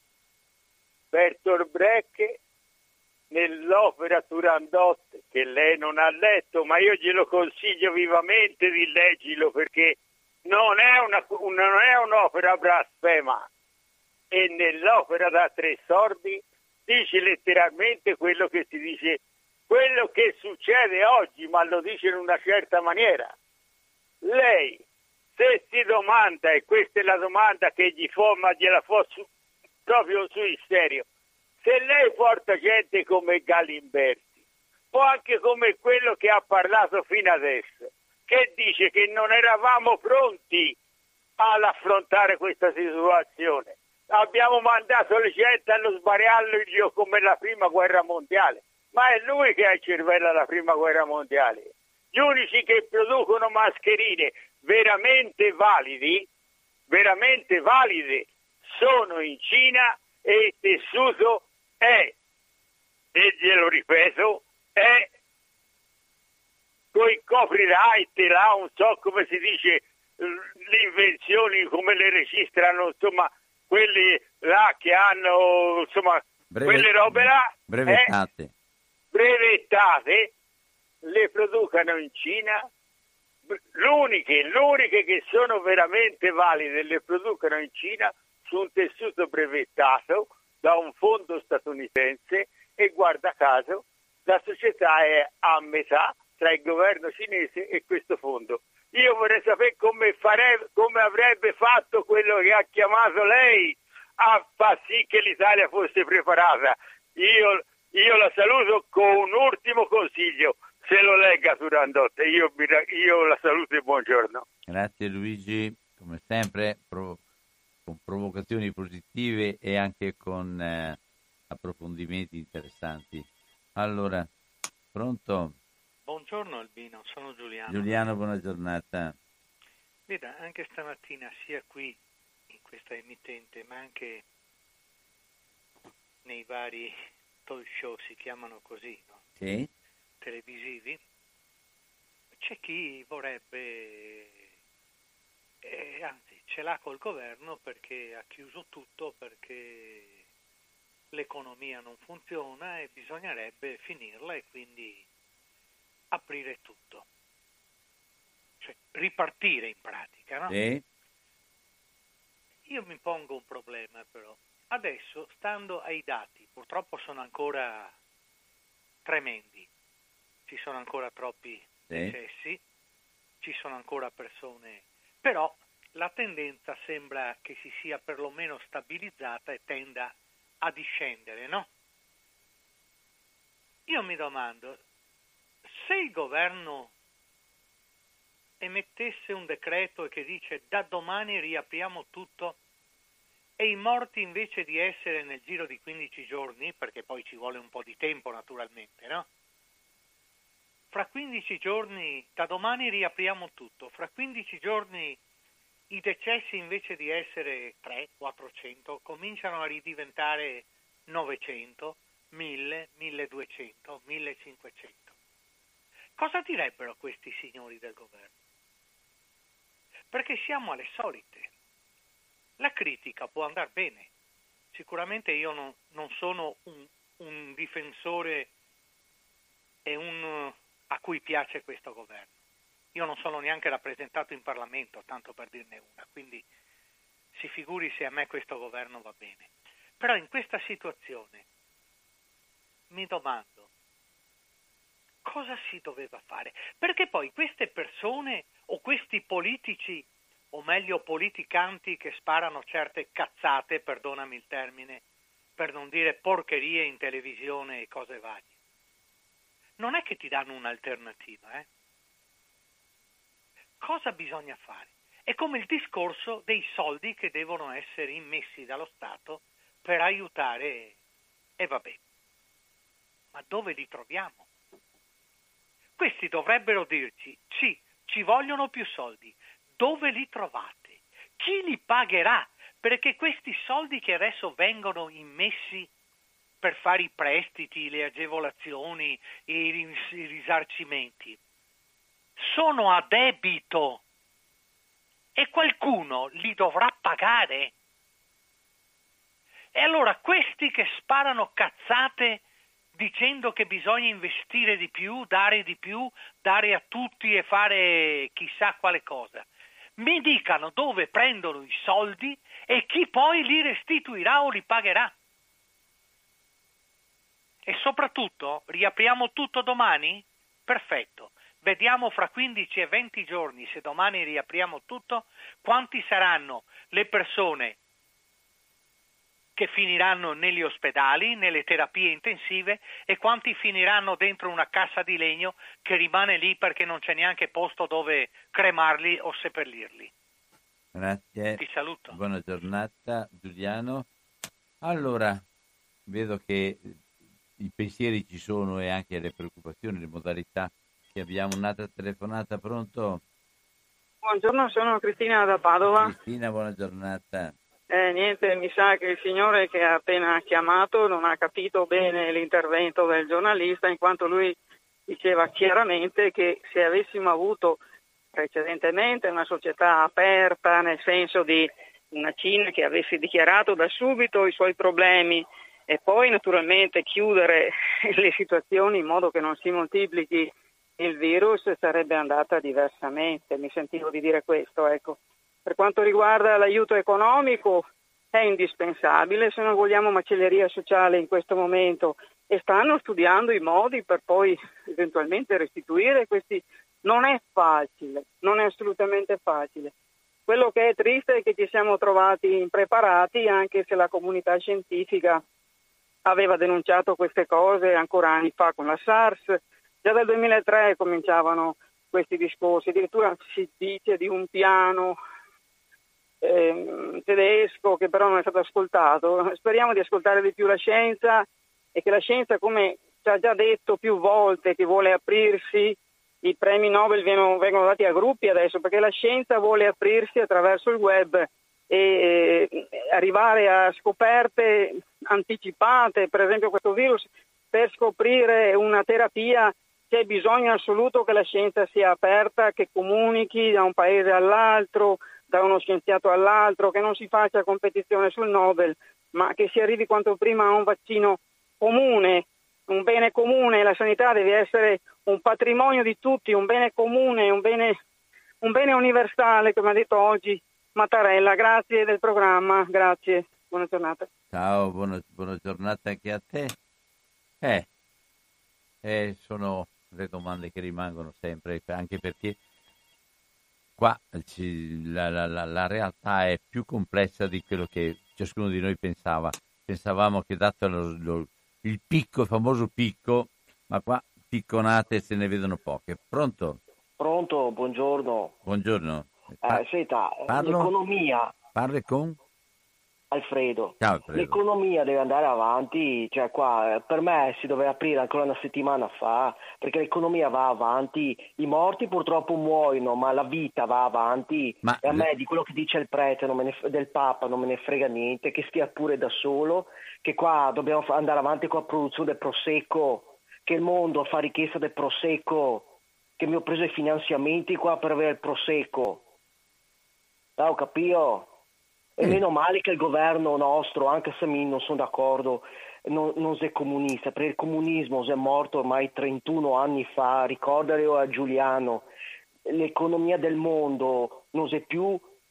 Bertolt Brecht, nell'opera Turandot, che lei non ha letto, ma io glielo consiglio vivamente di leggerlo, perché non è, una, non è un'opera blasfema, e nell'opera da tre sordi dice letteralmente quello che si dice, quello che succede oggi, ma lo dice in una certa maniera. Lei, se si domanda, e questa è la domanda che gli fa, ma gliela fa su, proprio sul serio, se lei porta gente come Galimberti, o anche come quello che ha parlato fino adesso, che dice che non eravamo pronti ad questa situazione, abbiamo mandato le gente allo sbaraglio come la prima guerra mondiale, ma è lui che ha il cervello alla prima guerra mondiale. Gli unici che producono mascherine veramente validi, veramente valide, sono in Cina, e il tessuto è, e glielo ripeto, è coi copyright, là, non so come si dice, le invenzioni, come le registrano, insomma, quelli là che hanno, insomma, Breve, quelle robe là, brevettate. Eh, brevettate, le producano in Cina. L'uniche, l'uniche che sono veramente valide le producono in Cina su un tessuto brevettato da un fondo statunitense, e guarda caso la società è a metà tra il governo cinese e questo fondo. Io vorrei sapere come, farebbe, come avrebbe fatto quello che ha chiamato lei a far sì che l'Italia fosse preparata. Io, io la saluto con un ultimo consiglio. Se lo legga su Randot, io, io la saluto e buongiorno. Grazie Luigi, come sempre provo- con provocazioni positive e anche con eh, approfondimenti interessanti. Allora, pronto? Buongiorno Albino, sono Giuliano. Giuliano, buona giornata. Veda, anche stamattina sia qui in questa emittente, ma anche nei vari talk show, si chiamano così, no? Sì. Televisivi, c'è chi vorrebbe, eh, anzi ce l'ha col governo perché ha chiuso tutto, perché l'economia non funziona e bisognerebbe finirla, e quindi aprire tutto, cioè ripartire in pratica, no? Sì. Io mi pongo un problema però. Adesso, stando ai dati, purtroppo sono ancora tremendi, ci sono ancora troppi Sì. decessi, ci sono ancora persone, però la tendenza sembra che si sia perlomeno stabilizzata e tenda a discendere, no? Io mi domando, se il governo emettesse un decreto che dice da domani riapriamo tutto e i morti invece di essere nel giro di quindici giorni, perché poi ci vuole un po' di tempo naturalmente, no? Fra quindici giorni, da domani riapriamo tutto, fra quindici giorni i decessi invece di essere trecento quattrocento cominciano a ridiventare novecento, mille, milleduecento, millecinquecento. Cosa direbbero questi signori del governo? Perché siamo alle solite. La critica può andare bene. Sicuramente io non, non sono un, un difensore e un a cui piace questo governo. Io non sono neanche rappresentato in Parlamento, tanto per dirne una, quindi si figuri se a me questo governo va bene. Però in questa situazione mi domando cosa si doveva fare, perché poi queste persone o questi politici, o meglio politicanti che sparano certe cazzate, perdonami il termine, per non dire porcherie in televisione e cose varie, non è che ti danno un'alternativa, eh? Cosa bisogna fare? È come il discorso dei soldi che devono essere immessi dallo Stato per aiutare, e vabbè, ma dove li troviamo? Questi dovrebbero dirci, sì, ci vogliono più soldi, dove li trovate? Chi li pagherà? Perché questi soldi che adesso vengono immessi per fare i prestiti, le agevolazioni, i risarcimenti, sono a debito e qualcuno li dovrà pagare. E allora questi che sparano cazzate dicendo che bisogna investire di più, dare di più, dare a tutti e fare chissà quale cosa, mi dicano dove prendono i soldi e chi poi li restituirà o li pagherà. E soprattutto, riapriamo tutto domani? Perfetto. Vediamo fra quindici e venti giorni, se domani riapriamo tutto, quanti saranno le persone che finiranno negli ospedali, nelle terapie intensive, e quanti finiranno dentro una cassa di legno che rimane lì perché non c'è neanche posto dove cremarli o seppellirli. Grazie. Ti saluto. Buona giornata, Giuliano. Allora, vedo che i pensieri ci sono e anche le preoccupazioni, le modalità. Che abbiamo un'altra telefonata, pronto? Buongiorno, sono Cristina da Padova. Cristina, buona giornata. Eh, niente, mi sa che il signore che ha appena chiamato non ha capito bene l'intervento del giornalista, in quanto lui diceva chiaramente che se avessimo avuto precedentemente una società aperta, nel senso di una Cina che avesse dichiarato da subito i suoi problemi e poi naturalmente chiudere le situazioni in modo che non si moltiplichi il virus, sarebbe andata diversamente. Mi sentivo di dire questo, ecco. Per quanto riguarda l'aiuto economico è indispensabile se non vogliamo macelleria sociale in questo momento, e stanno studiando i modi per poi eventualmente restituire questi. Non è facile, non è assolutamente facile. Quello che è triste è che ci siamo trovati impreparati, anche se la comunità scientifica aveva denunciato queste cose ancora anni fa con la SARS. Già dal duemilatré cominciavano questi discorsi, addirittura si dice di un piano eh, tedesco che però non è stato ascoltato. Speriamo di ascoltare di più la scienza e che la scienza, come ci ha già detto più volte, che vuole aprirsi, i premi Nobel vengono, vengono dati a gruppi adesso, perché la scienza vuole aprirsi attraverso il web e eh, arrivare a scoperte anticipate. Per esempio questo virus, per scoprire una terapia c'è bisogno assoluto che la scienza sia aperta, che comunichi da un paese all'altro, da uno scienziato all'altro, che non si faccia competizione sul Nobel, ma che si arrivi quanto prima a un vaccino comune un bene comune, la sanità deve essere un patrimonio di tutti, un bene comune, un bene, un bene universale, come ha detto oggi Mattarella. Grazie del programma, grazie, buona giornata. Ciao, buona, buona giornata anche a te. Eh, eh, sono le domande che rimangono sempre, anche perché qua ci, la, la, la, la realtà è più complessa di quello che ciascuno di noi pensava. Pensavamo che dato lo, lo, il picco, il famoso picco, ma qua picconate se ne vedono poche. Pronto? Pronto, buongiorno. Buongiorno. Pa- eh, senta, parlo? l'economia... Parli con? Alfredo. Ciao, Alfredo. L'economia deve andare avanti, cioè qua per me si doveva aprire ancora una settimana fa, perché l'economia va avanti, i morti purtroppo muoiono, ma la vita va avanti. Ma e a me di quello che dice il prete non me ne, del Papa non me ne frega niente, che stia pure da solo, che qua dobbiamo andare avanti con la produzione del prosecco, che il mondo fa richiesta del prosecco, che mi ho preso i finanziamenti qua per avere il prosecco. Ah, ho capito? E Eh. meno male che il governo nostro, anche se mi non sono d'accordo, non, non è comunista, perché il comunismo è morto ormai trentuno anni fa, ricordalo a Giuliano, l'economia del mondo non è più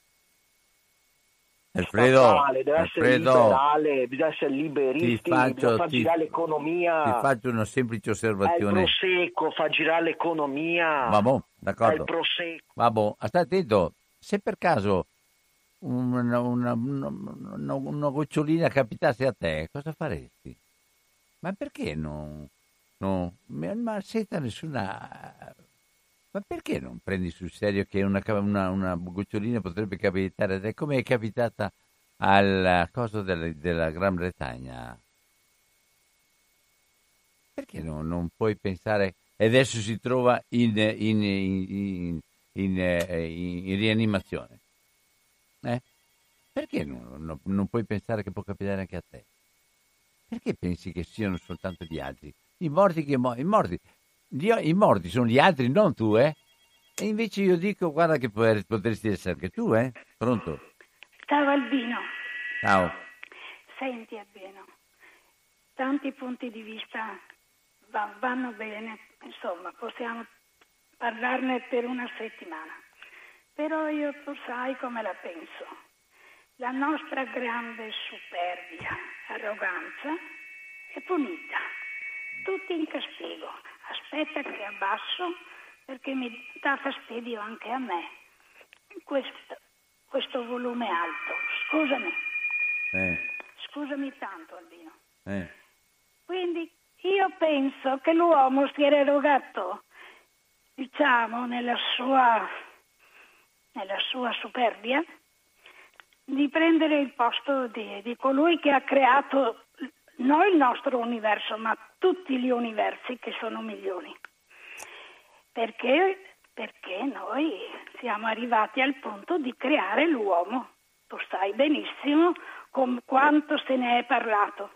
Alfredo, statale, deve essere Alfredo, liberale, bisogna essere liberisti, ti faccio, bisogna far ti, girare l'economia. Ti faccio una semplice È il osservazione. prosecco, fa girare l'economia. Va bon, È d'accordo. il prosecco. Va bon, stai attento, se per caso una, una, una, una, una gocciolina capitasse a te, cosa faresti? Ma perché non, non ma senza nessuna, ma perché non prendi sul serio che una, una, una gocciolina potrebbe capitare a te, come è capitata al coso della, della Gran Bretagna? Perché no, non puoi pensare, e adesso si trova in, in, in, in, in, in rianimazione? Eh? Perché non, non, non puoi pensare che può capitare anche a te? Perché pensi che siano soltanto gli altri? I morti che mo- i morti, gli, i morti sono gli altri, non tu, eh? E invece io dico, guarda che puoi, potresti essere anche tu, eh? Pronto? Ciao Albino. Ciao. Senti Albino, tanti punti di vista va, vanno bene, insomma, possiamo parlarne per una settimana. Però io tu sai come la penso. La nostra grande superbia, arroganza è punita. Tutti in castigo. Aspetta che abbasso perché mi dà fastidio anche a me. Questo, questo volume alto. Scusami. Eh. Scusami tanto, Albino. Eh. Quindi io penso che l'uomo si era erogato, diciamo, nella sua... nella sua superbia, di prendere il posto di, di colui che ha creato non il nostro universo, ma tutti gli universi, che sono milioni. Perché? Perché noi siamo arrivati al punto di creare l'uomo. Tu sai benissimo con quanto se ne è parlato.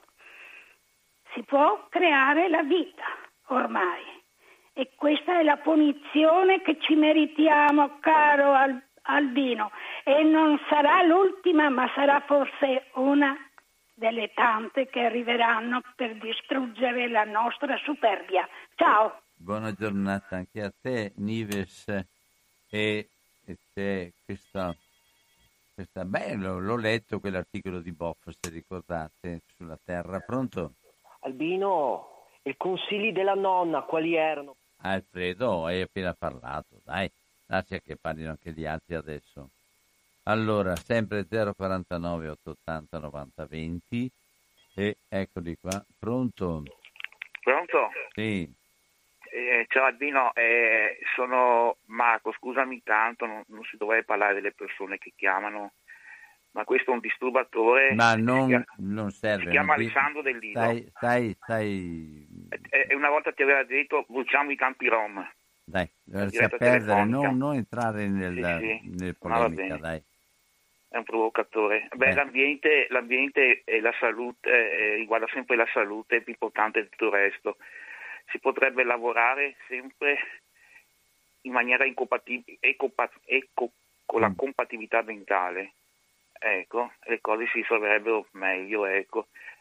Si può creare la vita, ormai. E questa è la punizione che ci meritiamo, caro Al- Albino. E non sarà l'ultima, ma sarà forse una delle tante che arriveranno per distruggere la nostra superbia. Ciao! Buona giornata anche a te, Nives. E, e c'è questa, questa beh, l'ho, l'ho letto quell'articolo di Boff, se ricordate, sulla Terra. Pronto? Albino, i consigli della nonna quali erano? Alfredo, hai appena parlato, dai, lascia che parlino anche gli altri adesso. Allora, sempre zero quarantanove ottocentottanta novanta venti e eccoli qua. Pronto? Pronto? Sì. Eh, ciao Albino, eh, sono Marco, scusami tanto, non, non si dovrebbe parlare delle persone che chiamano, ma questo è un disturbatore. Ma non, chiama, non serve. Si chiama non Alessandro Del Lido. Stai, stai, stai... E, e una volta ti aveva detto bruciamo i campi rom. Dai, lascia perdere, non, non entrare nel, sì, sì. nel polemica, dai. È un provocatore. Beh, eh. l'ambiente, l'ambiente e la salute, eh, riguarda sempre la salute, è più importante di tutto il resto. Si potrebbe lavorare sempre in maniera incompatibile, eco, eco, con la compatibilità ambientale. Ecco, le cose si risolverebbero meglio, ecco.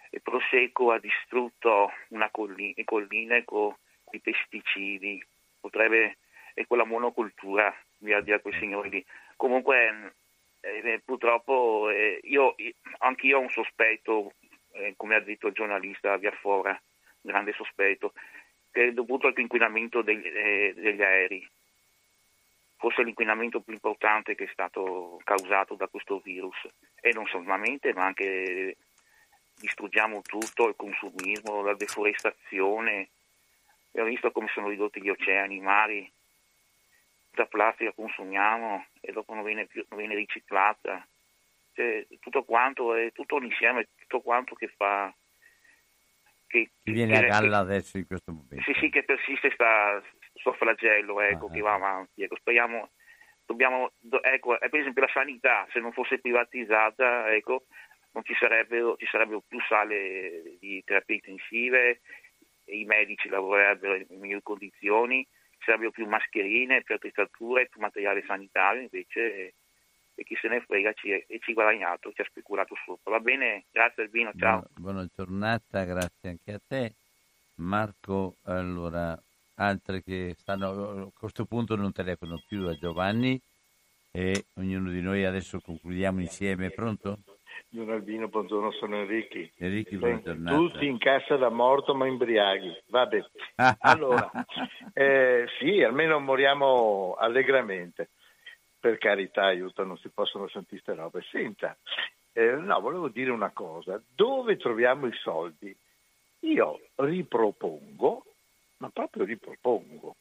il Prosecco ha distrutto una collina, colline con i pesticidi, potrebbe, e con la monocultura, via di quei signori lì. Comunque eh, purtroppo eh, io anch'io ho un sospetto, eh, come ha detto il giornalista via Fora, un grande sospetto, che è dovuto all'inquinamento degli, eh, degli aerei, forse l'inquinamento più importante che è stato causato da questo virus, e non solamente, ma anche distruggiamo tutto, il consumismo, la deforestazione. Abbiamo visto come sono ridotti gli oceani, i mari, tutta plastica consumiamo e dopo non viene più, non viene riciclata. Cioè, tutto quanto è tutto un insieme, tutto quanto che fa che, che viene che, a galla che, adesso in questo momento. Sì, sì, che persiste sta sto flagello, ecco, ah, che va avanti. Ecco, speriamo, dobbiamo, ecco, per esempio la sanità, se non fosse privatizzata, ecco, non ci sarebbero, ci sarebbero più sale di terapie intensive, i medici lavorerebbero in migliori condizioni, ci sarebbero più mascherine, più attrezzature, più materiale sanitario, invece e chi se ne frega ci, e ci ha guadagnato, ci ha speculato sopra. Va bene, grazie Albino, ciao. Buona, buona giornata, grazie anche a te. Marco, allora, altre che stanno, a questo punto non telefono più a Giovanni e ognuno di noi adesso concludiamo insieme, pronto? Buon Albino, buongiorno, sono Enrichi. Enrichi, buona giornata. Tutti in cassa da morto ma imbriaghi, vabbè. Allora, eh, sì, almeno moriamo allegramente. Per carità, aiuto, non si possono sentire queste robe. Senta, eh, no, volevo dire una cosa. Dove troviamo i soldi? Io ripropongo, ma proprio ripropongo,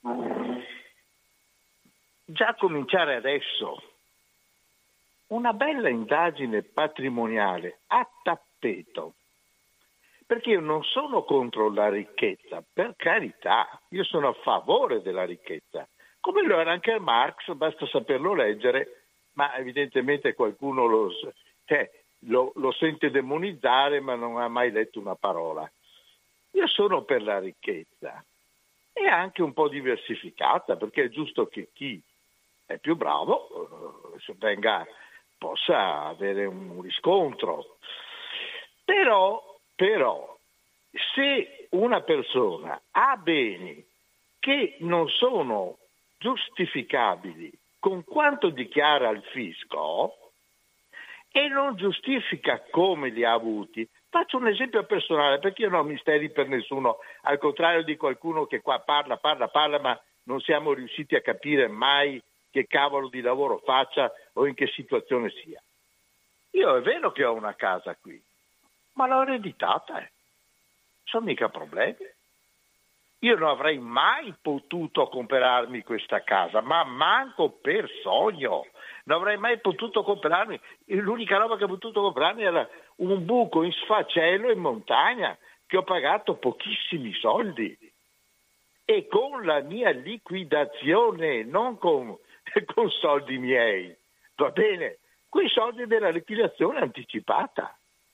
già cominciare adesso una bella indagine patrimoniale a tappeto, perché io non sono contro la ricchezza, per carità, io sono a favore della ricchezza, come lo era anche Marx, basta saperlo leggere, ma evidentemente qualcuno lo, cioè, lo, lo sente demonizzare ma non ha mai letto una parola. Io sono per la ricchezza e anche un po' diversificata, perché è giusto che chi è più bravo eh, venga, possa avere un riscontro. Però, però, se una persona ha beni che non sono giustificabili con quanto dichiara il fisco e non giustifica come li ha avuti, faccio un esempio personale, perché io non ho misteri per nessuno, al contrario di qualcuno che qua parla, parla, parla, ma non siamo riusciti a capire mai che cavolo di lavoro faccia o in che situazione sia. Io è vero che ho una casa qui, ma l'ho ereditata, eh. Sono mica problemi. Io non avrei mai potuto comprarmi questa casa, ma manco per sogno. Non avrei mai potuto comprarmi, l'unica roba che ho potuto comprarmi era un buco in sfacelo in montagna, che ho pagato pochissimi soldi. E con la mia liquidazione, non con, con soldi miei. Va bene? Quei soldi della liquidazione anticipata.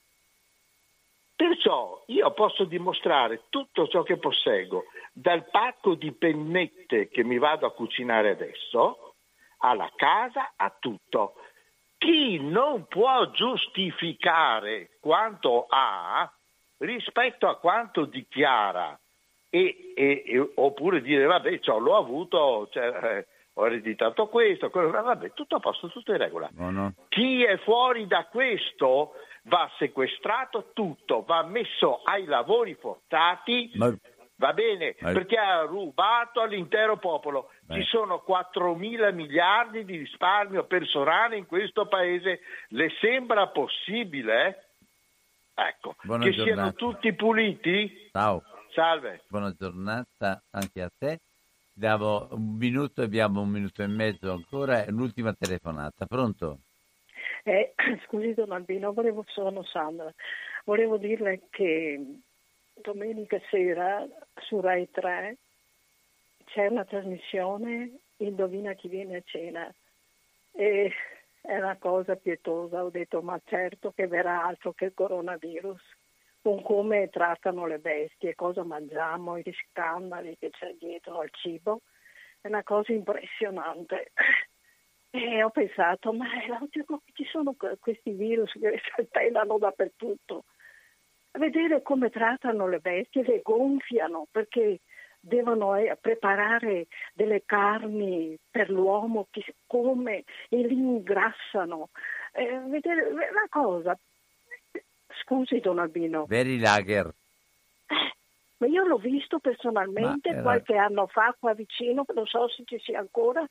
Perciò io posso dimostrare tutto ciò che posseggo, dal pacco di pennette che mi vado a cucinare adesso, alla casa, a tutto. Chi non può giustificare quanto ha rispetto a quanto dichiara, e, e, e, oppure dire vabbè, cioè, l'ho avuto, cioè, eh, ho ereditato questo, quello, vabbè, tutto a posto, tutto in regola. No, no. Chi è fuori da questo va sequestrato tutto, va messo ai lavori forzati, ma, va bene, ma, perché ha rubato all'intero popolo. Beh. Ci sono quattromila miliardi di risparmio personale in questo paese, le sembra possibile? Ecco, Buona che giornata. Siano tutti puliti? Ciao. Salve. Buona giornata anche a te. Diamo un minuto, abbiamo un minuto e mezzo ancora, un'ultima telefonata. Pronto? Eh, scusi Don Albino, volevo, sono Sandra, volevo dirle che domenica sera su Rai tre c'è una trasmissione Indovina chi viene a cena e è una cosa pietosa, ho detto ma certo che verrà altro che il coronavirus, con come trattano le bestie, cosa mangiamo, gli scandali che c'è dietro al cibo, è una cosa impressionante. E ho pensato, ma ci sono questi virus che saltellano dappertutto. vedere come trattano le bestie, le gonfiano perché devono eh, preparare delle carni per l'uomo che come e li ingrassano. Eh, vedere una cosa, scusi Don Albino. Veri lager. Eh, ma io l'ho visto personalmente era... qualche anno fa qua vicino, non so se ci sia ancora.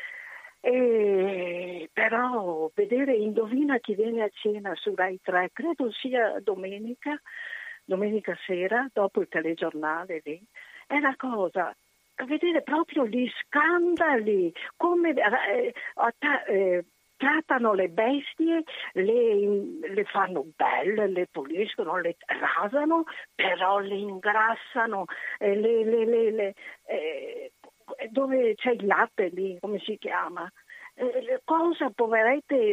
E però vedere Indovina chi viene a cena su Rai tre, credo sia domenica, domenica sera, dopo il telegiornale lì, è una cosa, vedere proprio gli scandali, come eh, eh, trattano le bestie, le, le fanno belle, le puliscono, le rasano, però le ingrassano, eh, le, le, le, le eh, dove c'è il latte lì, come si chiama, eh, cosa, poverette,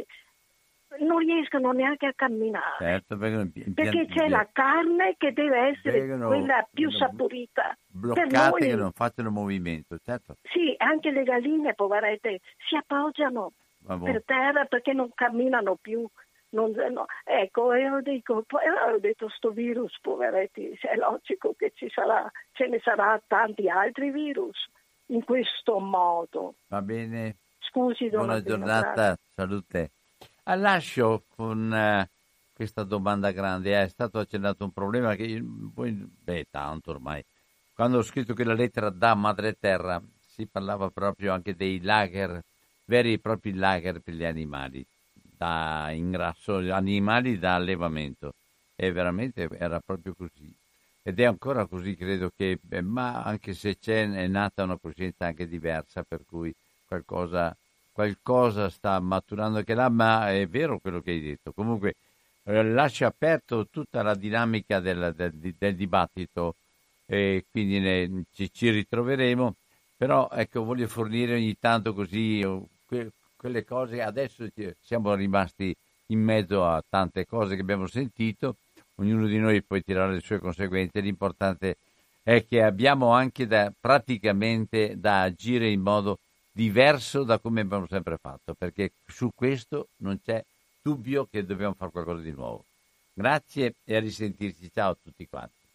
non riescono neanche a camminare. Certo, perché, perché c'è la carne che deve essere vengono, quella più saporita. Bloccate noi, che non facciano movimento, certo. Sì, anche le galline, poverette, si appoggiano per terra perché non camminano più. Non, no. Ecco, io dico, poi ho detto sto virus, poveretti, è logico che ci sarà, ce ne sarà tanti altri virus in questo modo. Va bene. Scusi, Don Buona Albino, giornata, grazie. salute. Ah, lascio con uh, questa domanda grande. È stato accennato un problema che io, poi, beh, tanto ormai. Quando ho scritto quella lettera da Madre Terra si parlava proprio anche dei lager, veri e propri lager per gli animali, da ingrasso, animali da allevamento. E veramente era proprio così. Ed è ancora così, credo che, eh, ma anche se c'è, è nata una coscienza anche diversa, per cui qualcosa, qualcosa sta maturando anche là, ma è vero quello che hai detto. Comunque eh, lascia aperto tutta la dinamica del, del, del dibattito e quindi ne, ci, ci ritroveremo, però ecco, voglio fornire ogni tanto così que, quelle cose. Adesso siamo rimasti in mezzo a tante cose che abbiamo sentito, ognuno di noi può tirare le sue conseguenze, l'importante è che abbiamo anche da, praticamente da agire in modo diverso da come abbiamo sempre fatto, perché su questo non c'è dubbio che dobbiamo fare qualcosa di nuovo. Grazie e a risentirci, ciao a tutti quanti.